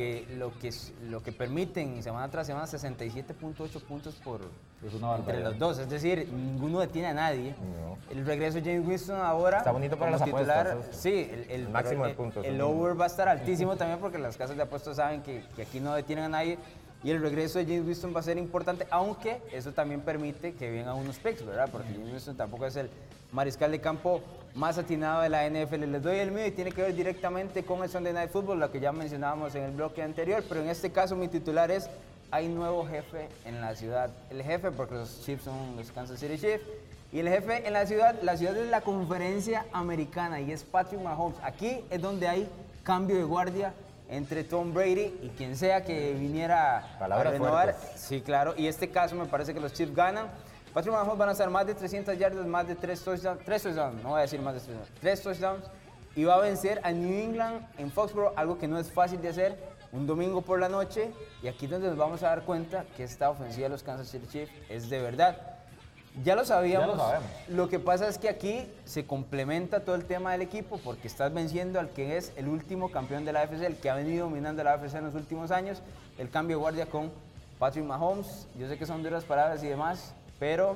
A: que permiten semana tras semana, 67.8 puntos por
C: Es una
A: entre
C: barbaridad.
A: los dos, es decir, ninguno detiene a nadie.
B: No.
A: El regreso de James Winston ahora
B: Está bonito para
A: como
B: las apuestas, eso sí.
A: sí, el
B: máximo de
A: el-
B: puntos,
A: El
B: ¿no?
A: over va a estar altísimo también porque las casas de apuestas saben que aquí no detienen a nadie. Y el regreso de James Winston va a ser importante, aunque eso también permite que vengan unos picks, ¿verdad? Porque James Winston tampoco es el mariscal de campo más atinado de la NFL. Les doy el mío y tiene que ver directamente con el Sunday Night Football, lo que ya mencionábamos en el bloque anterior, pero en este caso mi titular es: hay nuevo jefe en la ciudad. El jefe, porque los Chiefs son los Kansas City Chiefs, y el jefe en la ciudad es la conferencia americana y es Patrick Mahomes. Aquí es donde hay cambio de guardia entre Tom Brady y quien sea que viniera a
B: Palabras
A: renovar.
B: fuertes.
A: Sí, claro, y este caso me parece que los Chiefs ganan. Patrick Mahomes van a hacer más de 300 yardas, más de 3 touchdowns, no voy a decir más de 3 touchdowns, y va a vencer a New England en Foxborough, algo que no es fácil de hacer, un domingo por la noche, y aquí es donde nos vamos a dar cuenta que esta ofensiva de los Kansas City Chiefs es de verdad. Ya lo sabíamos.
C: Ya lo sabemos.
A: Lo que pasa es que aquí se complementa todo el tema del equipo porque estás venciendo al que es el último campeón de la AFC, el que ha venido dominando la AFC en los últimos años. El cambio de guardia con Patrick Mahomes. Yo sé que son duras palabras y demás, pero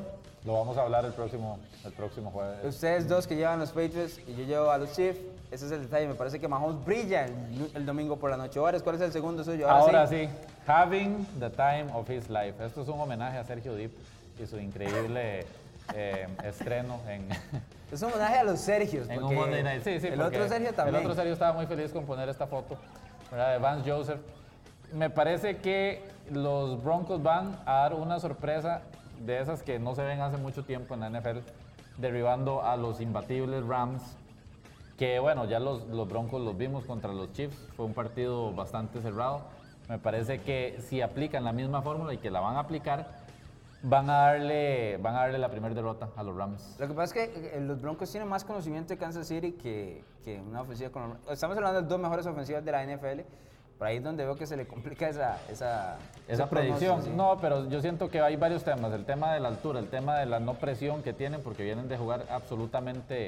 C: Lo vamos a hablar el próximo jueves.
A: Ustedes dos que llevan los Patriots y yo llevo a los Chiefs, ese es el detalle. Me parece que Mahomes brilla el domingo por la noche. Juárez, ¿cuál es el segundo suyo?
C: Ahora sí, having the time of his life. Esto es un homenaje a Sergio Dip y su increíble estreno en...
A: Es un homenaje a los Sergios.
C: En un Monday Night. Sí,
A: el otro Sergio también.
C: El otro Sergio estaba muy feliz con poner esta foto, ¿verdad? De Vance Joseph. Me parece que los Broncos van a dar una sorpresa de esas que no se ven hace mucho tiempo en la NFL, derribando a los imbatibles Rams, que bueno, ya los Broncos los vimos contra los Chiefs, fue un partido bastante cerrado. Me parece que si aplican la misma fórmula y que la van a aplicar, van a darle la primera derrota a los Rams.
A: Lo que pasa es que los Broncos tienen más conocimiento de Kansas City que una ofensiva con... Estamos hablando de las dos mejores ofensivas de la NFL. Por ahí es donde veo que se le complica esa
C: predicción.
A: Sí.
C: No, pero yo siento que hay varios temas. El tema de la altura, el tema de la no presión que tienen, porque vienen de jugar absolutamente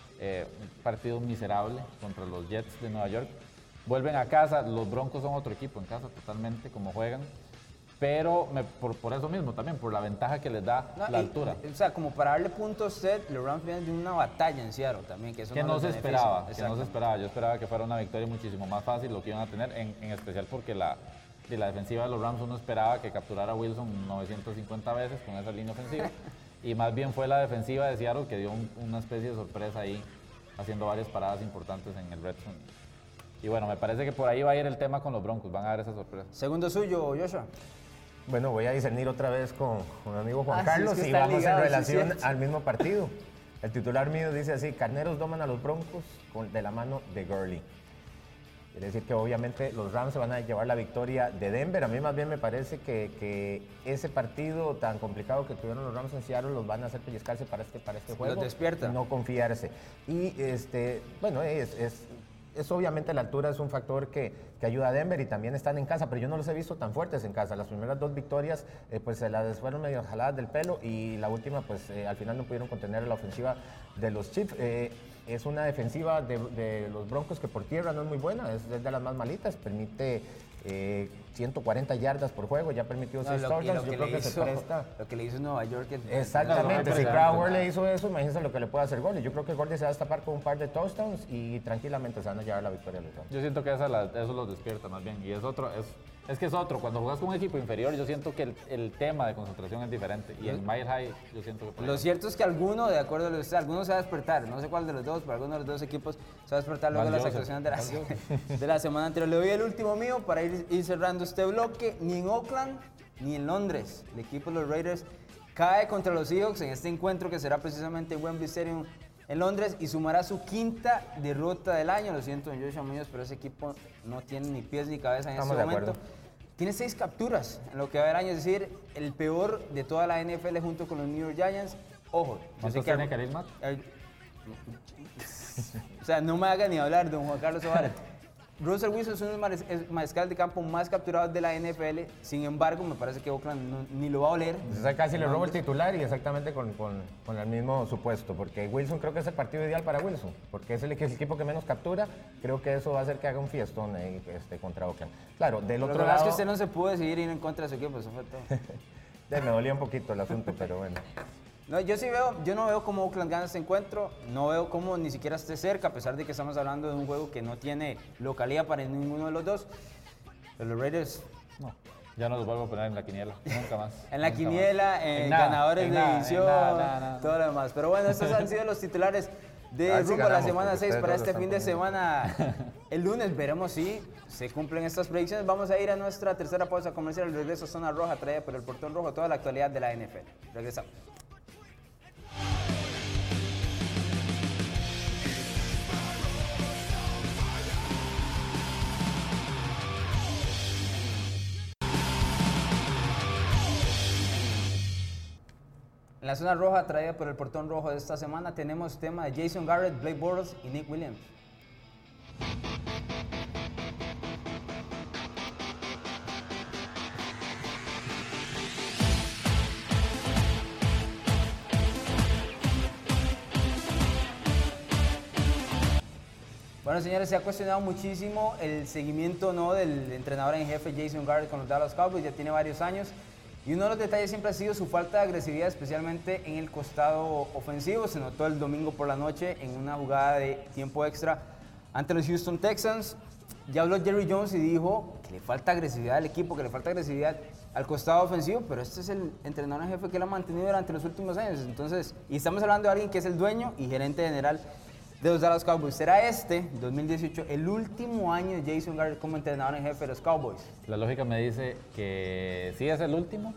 C: un partido miserable contra los Jets de Nueva York. Vuelven a casa, los Broncos son otro equipo en casa totalmente, como juegan. Pero por eso mismo también, por la ventaja que les da la altura.
A: O sea, como para darle puntos a usted, los Rams vienen de una batalla en Seattle también, que eso
C: no se esperaba. Yo esperaba que fuera una victoria muchísimo más fácil lo que iban a tener, en especial porque la defensiva de los Rams uno esperaba que capturara a Wilson 950 veces con esa línea ofensiva. Y más bien fue la defensiva de Seattle que dio una especie de sorpresa ahí, haciendo varias paradas importantes en el red zone. Y bueno, me parece que por ahí va a ir el tema con los Broncos, van a dar esa sorpresa.
A: Segundo suyo, Joshua.
B: Bueno, voy a discernir otra vez con mi amigo Juan Carlos,
A: sí, es que
B: y vamos
A: ligado,
B: en relación
A: sí,
B: al mismo partido. El titular mío dice así: Carneros doman a los Broncos de la mano de Gurley. Quiere decir que obviamente los Rams se van a llevar la victoria de Denver. A mí más bien me parece que ese partido tan complicado que tuvieron los Rams en Seattle los van a hacer pellizcarse para este juego.
A: Los despierta.
B: No confiarse. Y bueno, es obviamente la altura es un factor que ayuda a Denver, y también están en casa, pero yo no los he visto tan fuertes en casa. Las primeras dos victorias pues se las fueron medio jaladas del pelo, y la última pues al final no pudieron contener la ofensiva de los Chiefs. Es una defensiva de los Broncos que por tierra no es muy buena, es de las más malitas, permite 140 yardas por juego, ya permitió 6 touchdowns. Yo creo que se presta.
A: Lo que le hizo Nueva York.
B: Exactamente, si Crowder le hizo eso, imagínense lo que le puede hacer Gurley. Yo creo que Gurley se va a destapar con un par de touchdowns y tranquilamente se van a llevar la victoria a los Rams.
C: Yo siento que eso los despierta más bien, y es otro, cuando jugas con un equipo inferior, yo siento que el tema de concentración es diferente, y en Mile High yo siento que...
A: Lo cierto es que alguno se va a despertar, no sé cuál de los dos, pero alguno de los dos equipos se va a despertar luego de las actuaciones de la semana anterior. Le doy el último mío para ir cerrando este bloque. Ni en Oakland ni en Londres el equipo de los Raiders cae contra los Seahawks en este encuentro que será precisamente en Wembley Stadium en Londres, y sumará su quinta derrota del año. Lo siento, don Joshua Muñoz, pero ese equipo no tiene ni pies ni cabeza en este momento. Tiene 6 capturas en lo que va del año, es decir, el peor de toda la NFL junto con los New York Giants. Ojo, yo sé que
C: tiene Khalil Mack?
A: O sea, no me haga ni hablar, don Juan Carlos Ovares. Russell Wilson es uno de los mariscales de campo más capturados de la NFL. Sin embargo, me parece que Oakland ni lo va a oler.
B: Entonces, casi le robo el titular, y exactamente con el mismo supuesto, porque Wilson creo que es el partido ideal para Wilson, porque es el equipo que menos captura. Creo que eso va a hacer que haga un fiestón contra Oakland. Claro, del otro lado...
A: es que usted no se pudo decidir ir en contra de su equipo, eso fue todo.
B: Me dolía un poquito el asunto, pero bueno.
A: No, yo no veo cómo Oakland gana este encuentro, no veo cómo ni siquiera esté cerca, a pesar de que estamos hablando de un juego que no tiene localidad para ninguno de los dos. Pero los Raiders...
C: No, ya no los vuelvo a poner en la quiniela, nunca más.
A: En la quiniela, en ganadores de división, todo lo demás. Pero bueno, estos han sido los titulares de rumbo a la semana 6 para este fin de semana. El lunes veremos si se cumplen estas predicciones. Vamos a ir a nuestra tercera pausa comercial, el regreso a Zona Roja, traída por el Portón Rojo, toda la actualidad de la NFL. Regresamos. En la Zona Roja, traída por el Portón Rojo de esta semana, tenemos tema de Jason Garrett, Blake Bortles y Nick Williams. Bueno, señores, se ha cuestionado muchísimo el seguimiento del entrenador en jefe Jason Garrett con los Dallas Cowboys. Ya tiene varios años Y uno de los detalles siempre ha sido su falta de agresividad, especialmente en el costado ofensivo. Se notó el domingo por la noche en una jugada de tiempo extra ante los Houston Texans. Ya habló Jerry Jones y dijo que le falta agresividad al equipo, que le falta agresividad al costado ofensivo, pero este es el entrenador en jefe que lo ha mantenido durante los últimos años. Entonces, y estamos hablando de alguien que es el dueño y gerente general de los Dallas Cowboys. ¿Será 2018, el último año de Jason Garrett como entrenador en jefe de los Cowboys?
C: La lógica me dice que sí es el último,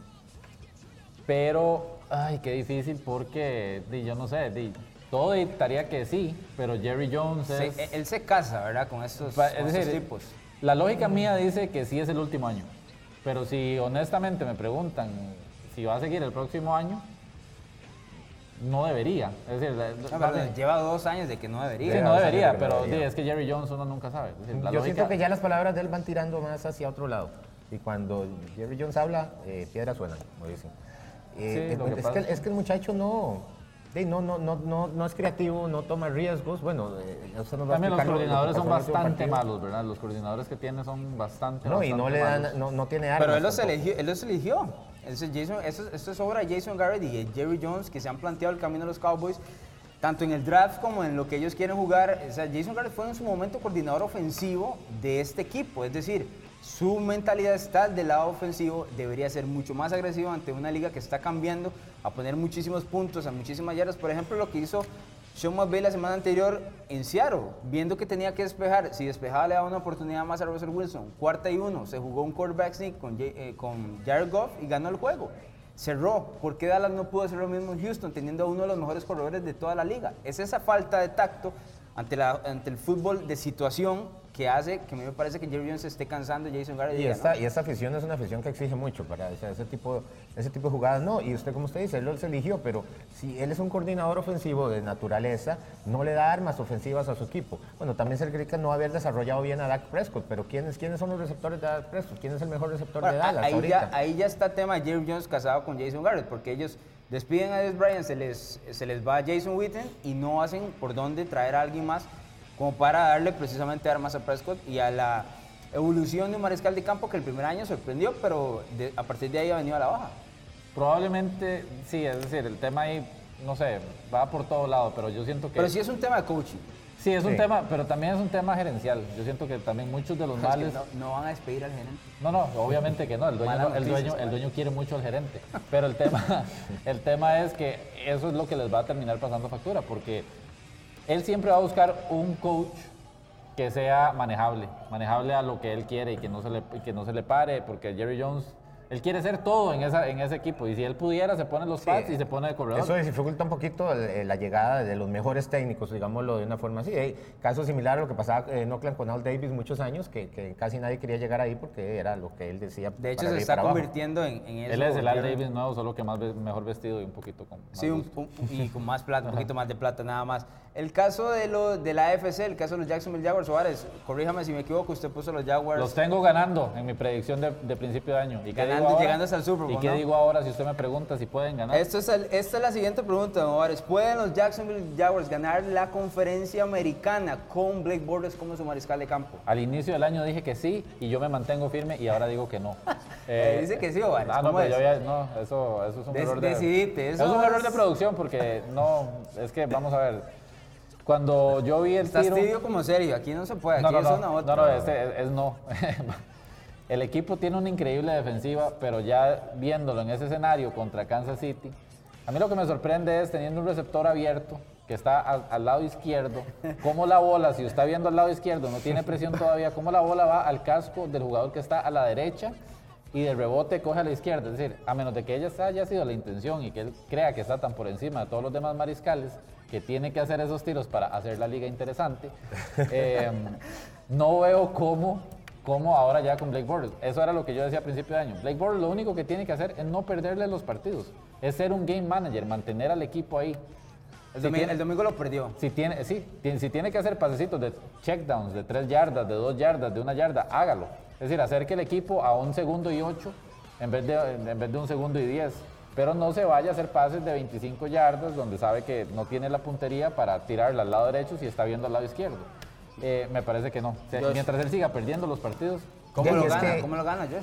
C: pero, ay, qué difícil porque, yo no sé, todo dictaría que sí, pero Jerry Jones es...
A: Sí, él se casa, ¿verdad? Con estos tipos.
C: La lógica mía dice que sí es el último año, pero si honestamente me preguntan si va a seguir el próximo año, no debería. Es decir,
A: lleva 2 años de que no debería.
C: Sí, no debería, pero es que Jerry Jones uno nunca sabe. Es decir,
B: yo siento que ya las palabras de él van tirando más hacia otro lado. Y cuando Jerry Jones habla, piedras suenan, como dicen. Es que el muchacho no es creativo, no toma riesgos. Bueno, eso nos va a
C: también los
B: explicar
C: coordinadores son bastante
B: partido.
C: malos, ¿verdad? Los coordinadores que tiene son bastante
B: No, y no le dan,
C: malos.
B: no tiene armas.
A: Pero él los
B: tampoco.
A: eligió. Esto es obra de Jason Garrett y de Jerry Jones, que se han planteado el camino de los Cowboys, tanto en el draft como en lo que ellos quieren jugar. O sea, Jason Garrett fue en su momento coordinador ofensivo de este equipo, es decir, su mentalidad está del lado ofensivo, debería ser mucho más agresivo ante una liga que está cambiando, a poner muchísimos puntos, a muchísimas yardas. Por ejemplo, lo que hizo Sean McVay la semana anterior en Seattle, viendo que tenía que despejar, si despejaba le daba una oportunidad más a Russell Wilson, 4ª y 1, se jugó un quarterback sneak con Jared Goff y ganó el juego. Cerró. ¿Por qué Dallas no pudo hacer lo mismo en Houston, teniendo a uno de los mejores corredores de toda la liga? Es esa falta de tacto ante el fútbol de situación que hace que a mí me parece que Jerry Jones se esté cansando y Jason Garrett
B: y esta afición es una afición que exige mucho para ese tipo de jugadas. No, y usted, como usted dice, él se eligió, pero si él es un coordinador ofensivo de naturaleza, no le da armas ofensivas a su equipo. Bueno, también se critica no haber desarrollado bien a Dak Prescott, pero ¿quiénes son los receptores de Dak Prescott? ¿Quién es el mejor receptor de Dallas ahorita?
A: Ahí ya está el tema de Jerry Jones casado con Jason Garrett, porque ellos despiden a Dez Bryant, se les va Jason Witten y no hacen por dónde traer a alguien más como para darle precisamente armas a Prescott y a la evolución de un mariscal de campo que el primer año sorprendió, pero a partir de ahí ha venido a la baja.
C: Probablemente sí, es decir, el tema ahí, no sé, va por todos lados, pero yo siento que...
A: Pero sí es un tema de coaching.
C: Sí, es un tema, pero también es un tema gerencial. Yo siento que también muchos de los males...
A: Es que no van a despedir al gerente.
C: No, obviamente que no. El dueño quiere mucho al gerente. Pero el tema es que eso es lo que les va a terminar pasando factura, porque él siempre va a buscar un coach que sea manejable a lo que él quiere y que no se le pare, porque Jerry Jones... Él quiere ser todo en ese equipo, y si él pudiera se pone los pads y se pone de corredor.
B: Eso dificulta un poquito la llegada de los mejores técnicos, digámoslo de una forma así. Caso similar a lo que pasaba en Oakland con Al Davis muchos años, que casi nadie quería llegar ahí porque era lo que él decía.
A: De hecho, se está convirtiendo en eso.
C: Él es el Al Davis nuevo, solo que mejor vestido y un poquito con más
A: y con más plata, un poquito más de plata nada más. El caso de la AFC, el caso de los Jacksonville Jaguars, Suárez, corríjame si me equivoco, usted puso los Jaguars.
C: Los tengo ganando en mi predicción de principio de año.
A: ¿Y llegando hasta el Super Bowl,
C: ¿Y qué digo ahora si usted me pregunta si pueden ganar?
A: Esta es la siguiente pregunta, Suárez. ¿Pueden los Jacksonville Jaguars ganar la conferencia americana con Blake Bortles como su mariscal de campo?
C: Al inicio del año dije que sí y yo me mantengo firme y ahora digo que no.
A: Dice que sí, Suárez.
C: Eso es un error
A: de
C: producción porque no, es que vamos a ver. Cuando yo vi el tiro...
A: Estás tibio como serio, aquí no se puede, aquí es una otra.
C: No. El equipo tiene una increíble defensiva, pero ya viéndolo en ese escenario contra Kansas City, a mí lo que me sorprende es teniendo un receptor abierto que está al lado izquierdo, cómo la bola, si está viendo al lado izquierdo, no tiene presión todavía, cómo la bola va al casco del jugador que está a la derecha y de rebote coge a la izquierda. Es decir, a menos de que haya sido la intención y que él crea que está tan por encima de todos los demás mariscales, que tiene que hacer esos tiros para hacer la liga interesante, no veo cómo ahora ya con Blake Bortles. Eso era lo que yo decía a principio de año. Blake Bortles lo único que tiene que hacer es no perderle los partidos, es ser un game manager, mantener al equipo ahí.
A: El domingo lo perdió.
C: Si tiene que hacer pasecitos de checkdowns de 3 yardas, de 2 yardas, de 1 yarda, hágalo. Es decir, acerque el equipo a 1 segundo y 8 en vez de 1 segundo y 10. Pero no se vaya a hacer pases de 25 yardas donde sabe que no tiene la puntería para tirarla al lado derecho si está viendo al lado izquierdo. Me parece que no. Mientras él siga perdiendo los partidos...
A: ¿Cómo lo gana, Josh?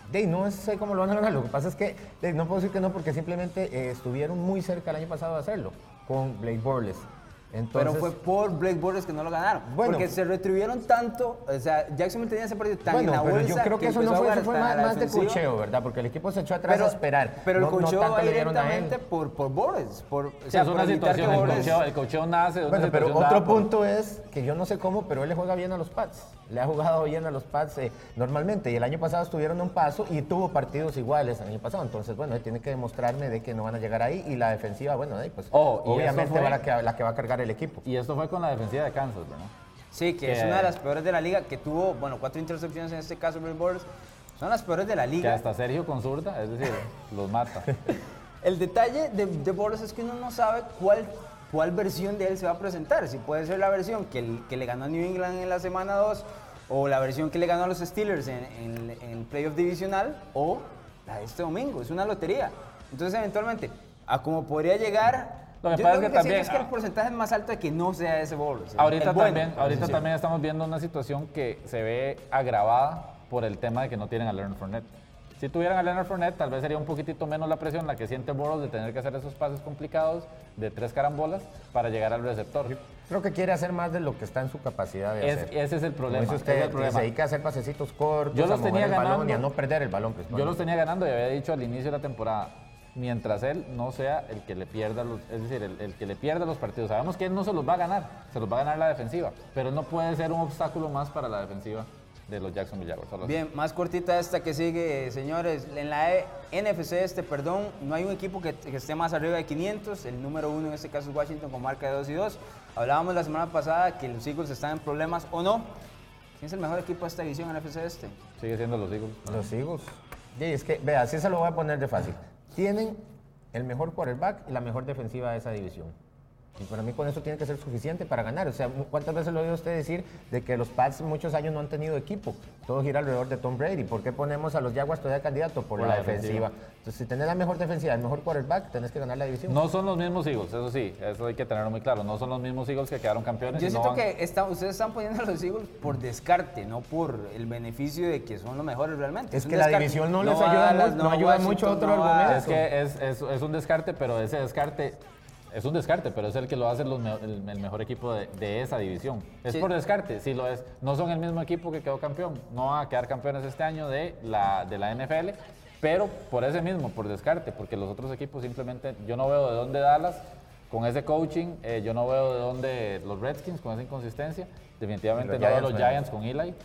B: No sé cómo lo van a ganar, lo que pasa es que no puedo decir que no porque simplemente estuvieron muy cerca el año pasado de hacerlo con Blake Bortles. Entonces,
A: pero fue por Blake Bortles que no lo ganaron.
B: Bueno,
A: porque se retribuyeron tanto, o sea, Jacksonville tenía ese partido tan en la
B: pero
A: bolsa.
B: yo creo que eso
A: empezó
B: no
A: a
B: fue,
A: jugar
B: eso fue
A: hasta la
B: más de
A: defensiva.
B: cocheo, ¿verdad? Porque el equipo se echó atrás a esperar.
A: Pero el
B: no
A: cocheo
B: tanto
A: va
B: le dieron a él.
A: directamente por Bortles.
C: O sea, es una situación, el cocheo nace de una
B: Bueno, pero
C: situación
B: otro
C: dada por-
B: punto es que yo no sé cómo, pero él le juega bien a los Pats. Le ha jugado bien a los Pats normalmente. Y el año pasado estuvieron a un paso y tuvo partidos iguales el año pasado. Entonces, bueno, él tiene que demostrarme de que no van a llegar ahí. Y la defensiva, bueno, pues
C: Oh, y
B: obviamente
C: eso fue-
B: va la que va a cargar el equipo.
C: Y esto fue con la defensiva de Kansas, ¿verdad?
A: Sí, que es una de las peores de la liga, que tuvo, bueno, 4 intercepciones en este caso, Blake Bortles. Son las peores de la
C: Que
A: liga.
C: hasta Sergio con zurda, es decir, los mata.
A: El detalle de Bortles es que uno no sabe cuál versión de él se va a presentar. Si puede ser la versión que le ganó a New England en la semana 2, o la versión que le ganó a los Steelers en el playoff divisional, o la de este domingo. Es una lotería. Entonces, eventualmente, a como podría llegar,
C: Lo que
A: yo
C: pasa
A: lo
C: es que
A: que siento
C: también-
A: es que el porcentaje es más alto de que no sea ese Bortles.
C: Ahorita,
A: el bueno.
C: también estamos viendo una situación que se ve agravada por el tema de que no tienen a Leonard Fournette. Si tuvieran a Leonard Fournette, tal vez sería un poquitito menos la presión la que siente Bortles de tener que hacer esos pases complicados de 3 carambolas para llegar al receptor.
B: Creo que quiere hacer más de lo que está en su capacidad de hacer.
C: Ese es el problema.
B: Como dice
C: ese es
B: usted,
C: el problema.
B: se dedica a hacer pasecitos cortos,
C: Yo los
B: a mover
C: tenía
B: el balón
C: ganando.
B: y a no perder el balón.
C: Yo
B: principalmente.
C: los tenía ganando y había dicho al inicio de la temporada, mientras él no sea el que le pierda es decir, el que le pierda los partidos. Sabemos que él no se los va a ganar, se los va a ganar la defensiva, pero él no puede ser un obstáculo más para la defensiva de los Jacksonville Jaguars. Solo así.
A: Bien, más cortita esta que sigue, señores. En la NFC no hay un equipo que esté más arriba de 500. El número 1 en este caso es Washington con marca de 2-2. Hablábamos la semana pasada que los Eagles están en problemas o no. ¿Quién es el mejor equipo de esta división en la NFC este?
C: Sigue siendo los Eagles.
B: Los Eagles. Y es que, vea, así se lo voy a poner de fácil. Tienen el mejor quarterback y la mejor defensiva de esa división. Y para mí con eso tiene que ser suficiente para ganar. O sea, ¿cuántas veces lo he oído usted decir de que los Pats muchos años no han tenido equipo? Todo gira alrededor de Tom Brady. ¿Por qué ponemos a los Jaguars todavía candidato? Por la defensiva. Entonces, si tenés la mejor defensiva, el mejor quarterback, tenés que ganar la división.
C: No son los mismos Eagles, eso sí, eso hay que tenerlo muy claro. No son los mismos Eagles que quedaron campeones.
A: Yo
C: y no
A: siento
C: van-
A: que ustedes están poniendo a los Eagles por descarte, no por el beneficio de que son los mejores realmente.
B: Es
A: un
B: que la
A: descarte.
B: división no
A: No
B: les
A: va
B: ayuda,
A: Dallas,
B: no
A: no
B: ayuda
A: Washington,
B: mucho a otro
A: no va-
B: argumento.
C: Es que es un descarte, pero ese descarte es un descarte, pero es el que lo hace el mejor equipo de esa división. Es
A: Sí.
C: por descarte, sí lo es. No son el mismo equipo que quedó campeón. No van a quedar campeones este año de la NFL, pero por ese mismo, por descarte, porque los otros equipos simplemente, yo no veo de dónde Dallas con ese coaching, yo no veo de dónde los Redskins con esa inconsistencia, definitivamente
B: Los
C: no veo
B: Giants,
C: los
B: bueno.
C: Giants con Eli.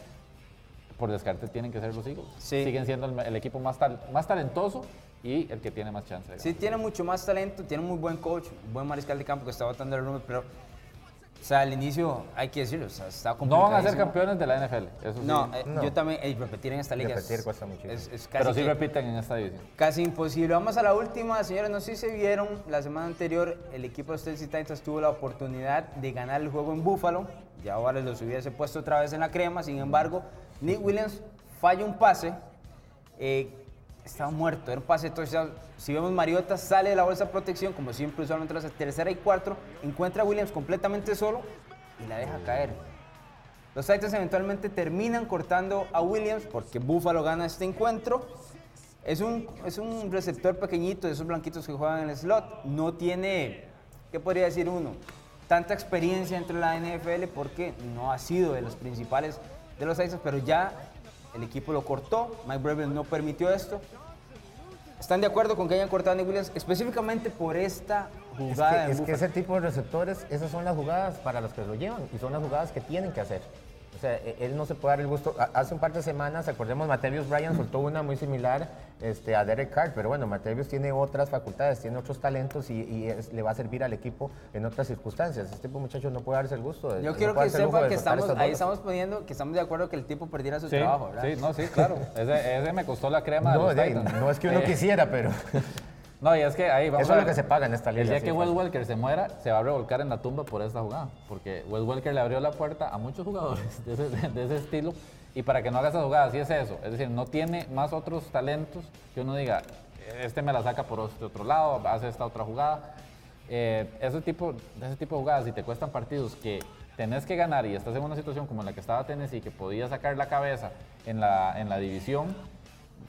C: Por descarte tienen que ser los Eagles.
A: Sí.
C: Siguen siendo el equipo más talentoso y el que tiene más chance de ganar.
A: Sí, tiene mucho más talento, tiene un muy buen coach, un buen mariscal de campo que está botando el rumbo, pero, o sea, al inicio hay que decirlo, o sea, está
C: No van a ser
A: complicadísimo.
C: campeones de la NFL, eso sí.
A: No,
B: No.
A: yo también, repetir en esta liga
B: Repetir cuesta muchísimo.
A: es casi,
C: pero sí
A: que-
C: repiten en esta división.
A: casi imposible. Vamos a la última, señores, no sé si se vieron, la semana anterior el equipo de Tennessee Titans tuvo la oportunidad de ganar el juego en Buffalo, ya ahora los hubiese puesto otra vez en la crema, sin embargo, Nick Williams falla un pase, estaba muerto, era un pase de touchdown. Si vemos Mariota sale de la bolsa de protección, como siempre usualmente lo hace, tercera y cuarto, encuentra a Williams completamente solo y la deja caer. Los Titans eventualmente terminan cortando a Williams porque Buffalo gana este encuentro. Es un receptor pequeñito, de esos blanquitos que juegan en el slot. No tiene, ¿qué podría decir uno? Tanta experiencia dentro de la NFL porque no ha sido de los principales de los Titans, pero ya el equipo lo cortó. Mike Vrabel no permitió esto. ¿Están de acuerdo con que hayan cortado a Nick Williams específicamente por esta jugada en
B: Es que
A: Buffalo?
B: ese tipo de receptores, esas son las jugadas para las que lo llevan y son las jugadas que tienen que hacer. O sea, él no se puede dar el gusto. Hace un par de semanas, acordemos, Martavis Bryant soltó una muy similar a Derek Carr, pero bueno, Martavis tiene otras facultades, tiene otros talentos y le va a servir al equipo en otras circunstancias. Este tipo de muchachos no puede darse el gusto.
A: Yo
B: no
A: quiero
B: puede
A: que
B: darse el lujo
A: sepan
B: de
A: que
B: soltar
A: estamos,
B: estas
A: ahí
B: bolas.
A: estamos poniendo que estamos de acuerdo que el tipo perdiera su
C: Sí,
A: trabajo, ¿verdad?
C: sí, no, sí, claro. Ese me costó la crema de
B: No,
C: los Titans.
B: no es que uno quisiera, pero
C: No, y es que ahí vamos
B: eso
C: a
B: es lo
C: ver.
B: que se paga en esta liga.
C: El día
B: sí,
C: que Wes
B: fácil.
C: Welker se muera, se va a revolcar en la tumba por esta jugada. Porque Wes Welker le abrió la puerta a muchos jugadores de ese estilo. Y para que no haga esas jugadas, sí es eso. Es decir, no tiene más otros talentos que uno diga, este me la saca por este otro lado, hace esta otra jugada. Ese tipo de jugadas, si te cuestan partidos que tenés que ganar y estás en una situación como en la que estaba Tennessee, que podía sacar la cabeza en la división,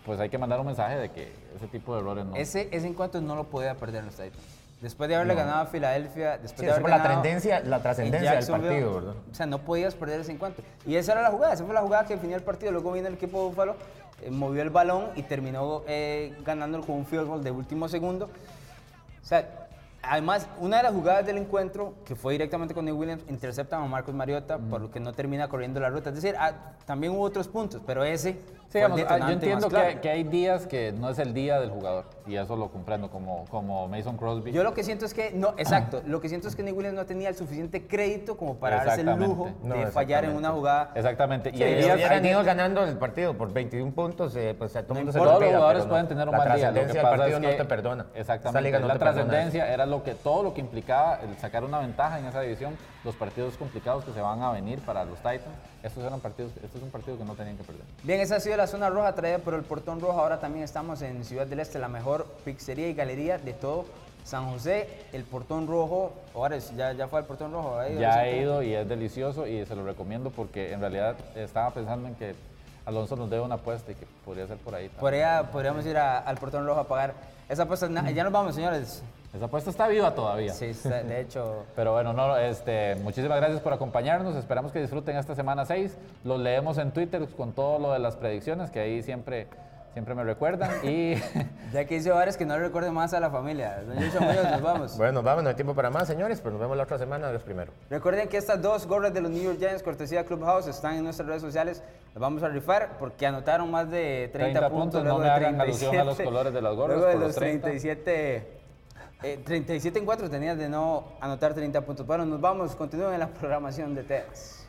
C: pues hay que mandar un mensaje de que ese tipo de errores no.
A: Ese encuentro no lo podía perder los Titans. Después de haberle ganado a Filadelfia, después
B: Sí,
A: de
B: eso
A: haber
B: fue la
A: ganado
B: trascendencia
A: en
B: del partido,
A: Jacksonville,
B: ¿verdad?
A: O sea, no podías perder ese encuentro. Y esa era la jugada, esa fue la jugada que definió el partido. Luego vino el equipo de Buffalo, movió el balón y terminó ganándolo con un field goal de último segundo. O sea, además, una de las jugadas del encuentro, que fue directamente con Nick Williams, interceptan a Marcus Mariota, por lo que no termina corriendo la ruta. Es decir, también hubo otros puntos, pero ese
C: Sí,
A: fue el
C: digamos, yo
A: detonante
C: entiendo
A: más claro.
C: que hay días que no es el día del jugador, y eso lo comprendo, como Mason Crosby.
A: Yo lo que siento es que, no, exacto, lo que siento es que Nick Williams no tenía el suficiente crédito como para darse el lujo
C: Exactamente.
A: de fallar en una jugada.
C: Exactamente.
B: Sí,
C: hay
B: si
C: días-
B: hubieran ido ganando el partido por 21 puntos, pues a todo el mundo se lo
C: Todos los
B: olvida,
C: jugadores
B: pero no.
C: pueden tener un
B: la
C: mal día. Lo que
B: trascendencia del
C: pasa
B: partido
C: es
B: no
C: que-
B: te perdona. Esta
C: Exactamente.
B: liga no
C: La
B: te perdona
C: trascendencia era todo lo que implicaba el sacar una ventaja en esa división, los partidos complicados que se van a venir para los Titans. Este es un partido que no tenían que perder.
A: Bien, esa ha sido la zona roja traída por el Portón Rojo. Ahora también estamos en Ciudad del Este, la mejor pizzería y galería de todo San José. El Portón Rojo, ahora ya fue al Portón Rojo. ¿Ha ido?
C: Ya he ido y es delicioso y se lo recomiendo porque en realidad estaba pensando en que Alonso nos debe una apuesta y que podría ser por ahí también.
A: Por allá podríamos ir al Portón Rojo a pagar esa apuesta. Ya nos vamos, señores.
C: Esa apuesta está viva todavía.
A: Sí, de hecho.
C: Pero bueno, muchísimas gracias por acompañarnos. Esperamos que disfruten esta semana 6. Los leemos en Twitter con todo lo de las predicciones, que ahí siempre me recuerdan. Y
A: Ya que hice varios que no le recuerden más a la familia. Don Yucho Muñoz, nos vamos.
B: Bueno, vamos, no hay tiempo para más, señores, pero nos vemos la otra semana, Dios primero.
A: Recuerden que estas dos gorras de los New York Giants, cortesía Clubhouse, están en nuestras redes sociales. Las vamos a rifar porque anotaron más de 30 puntos.
C: no
A: luego
C: me
A: de
C: hagan alusión a los colores de las gorras.
A: Luego de
C: por
A: los
C: 30.
A: 37 en 4 tenías de no anotar 30 puntos. Bueno, nos vamos, continúen en la programación de TEDx.